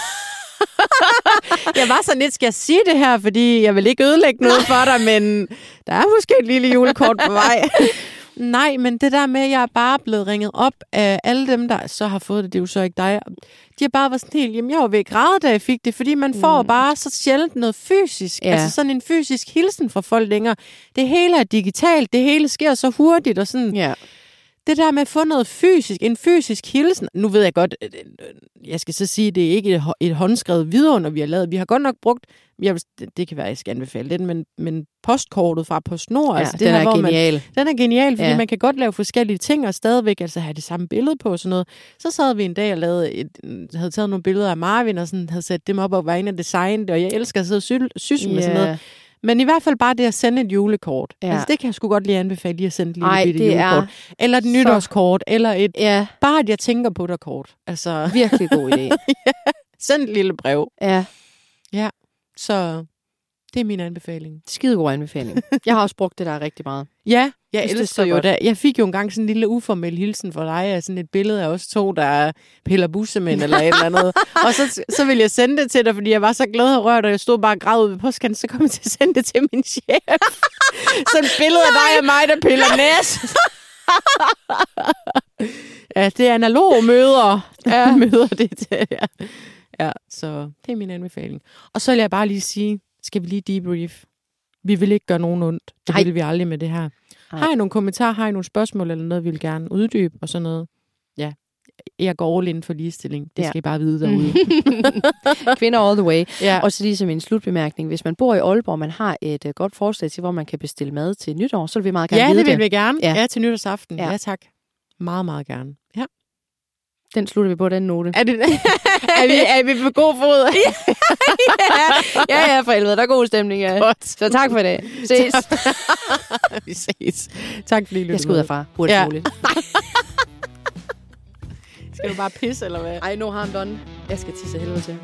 Jeg var sådan lidt, skal jeg sige det her, fordi jeg vil ikke ødelægge noget for dig, men der er måske et lille julekort på vej. Nej, men det der med, at jeg er bare blevet ringet op af alle dem, der så har fået det, det er jo så ikke dig. De har bare været sådan helt, jamen jeg var ved at græde, da jeg fik det, fordi man får bare så sjældent noget fysisk. Ja. Altså sådan en fysisk hilsen fra folk længere. Det hele er digitalt, det hele sker så hurtigt, og sådan. Ja. det der med at få noget fysisk, en fysisk hilsen. Nu ved jeg godt, jeg skal så sige, at det er ikke et håndskrevet vidunder, vi har lavet. Vi har godt nok brugt, det kan være, jeg skal anbefale den, men postkortet fra PostNord, altså det den her, er genial. Den er genial, fordi man kan godt lave forskellige ting, og stadigvæk altså have det samme billede på og sådan noget. Så sad vi en dag og havde taget nogle billeder af Marvin, og sådan havde sat dem op og var inde og designet, og jeg elsker at sidde og sysle med sådan noget. Men i hvert fald bare det at sende et julekort. Ja. Altså det kan jeg sgu godt lige anbefale, lige at sende et lille bitte julekort. Eller et nytårskort, eller et bare at jeg tænker på dig kort. Altså virkelig god idé. Send et lille brev. Ja. Ja, så det er min anbefaling. Skidegod anbefaling. Jeg har også brugt det der rigtig meget. Ja, jeg elsker jo det. Jeg fik jo engang sådan en lille uformel hilsen fra dig, af sådan et billede af os to, der piller bussemænd eller et eller andet. Og så ville jeg sende det til dig, fordi jeg var så glad og rørt, og jeg stod bare og græd ud ved postkassen, så kom jeg til at sende det til min chef. Sådan et billede af dig og mig, der piller næs. Ja, det er analoge møder. Ja, møder det til, ja, så det er min anbefaling. Og så vil jeg bare lige sige, skal vi lige debrief? Vi vil ikke gøre nogen ondt. Det vil vi aldrig med det her. Nej. Har I nogle kommentarer? Har I nogle spørgsmål eller noget, vi vil gerne uddybe og sådan noget? Ja, jeg går all in for ligestilling. Det skal I bare vide derude. Kvinder all the way. Ja. Og så lige som en slutbemærkning. Hvis man bor i Aalborg, man har et godt forslag til, hvor man kan bestille mad til nytår, så vil vi meget gerne vide det. Ja, det vil vi gerne. Ja, til nytårsaften. Ja, tak. Meget, meget gerne. Ja. Den slutter vi på den note. Er vi på god fod? ja, for helvede. Der er god stemning, ja. Godt. Så tak for det. Ses. Vi ses. Tak fordi I lyttede. Jeg skal ud af far. Hurtigt muligt. Skal du bare pisse, eller hvad? Ej, no harm done. Jeg skal tisse helvede til.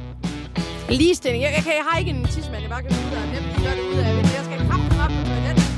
Ligestilling. Jeg har ikke en tissemand. Jeg bare kan ud af. Jeg skal kraftigt op på toilettet.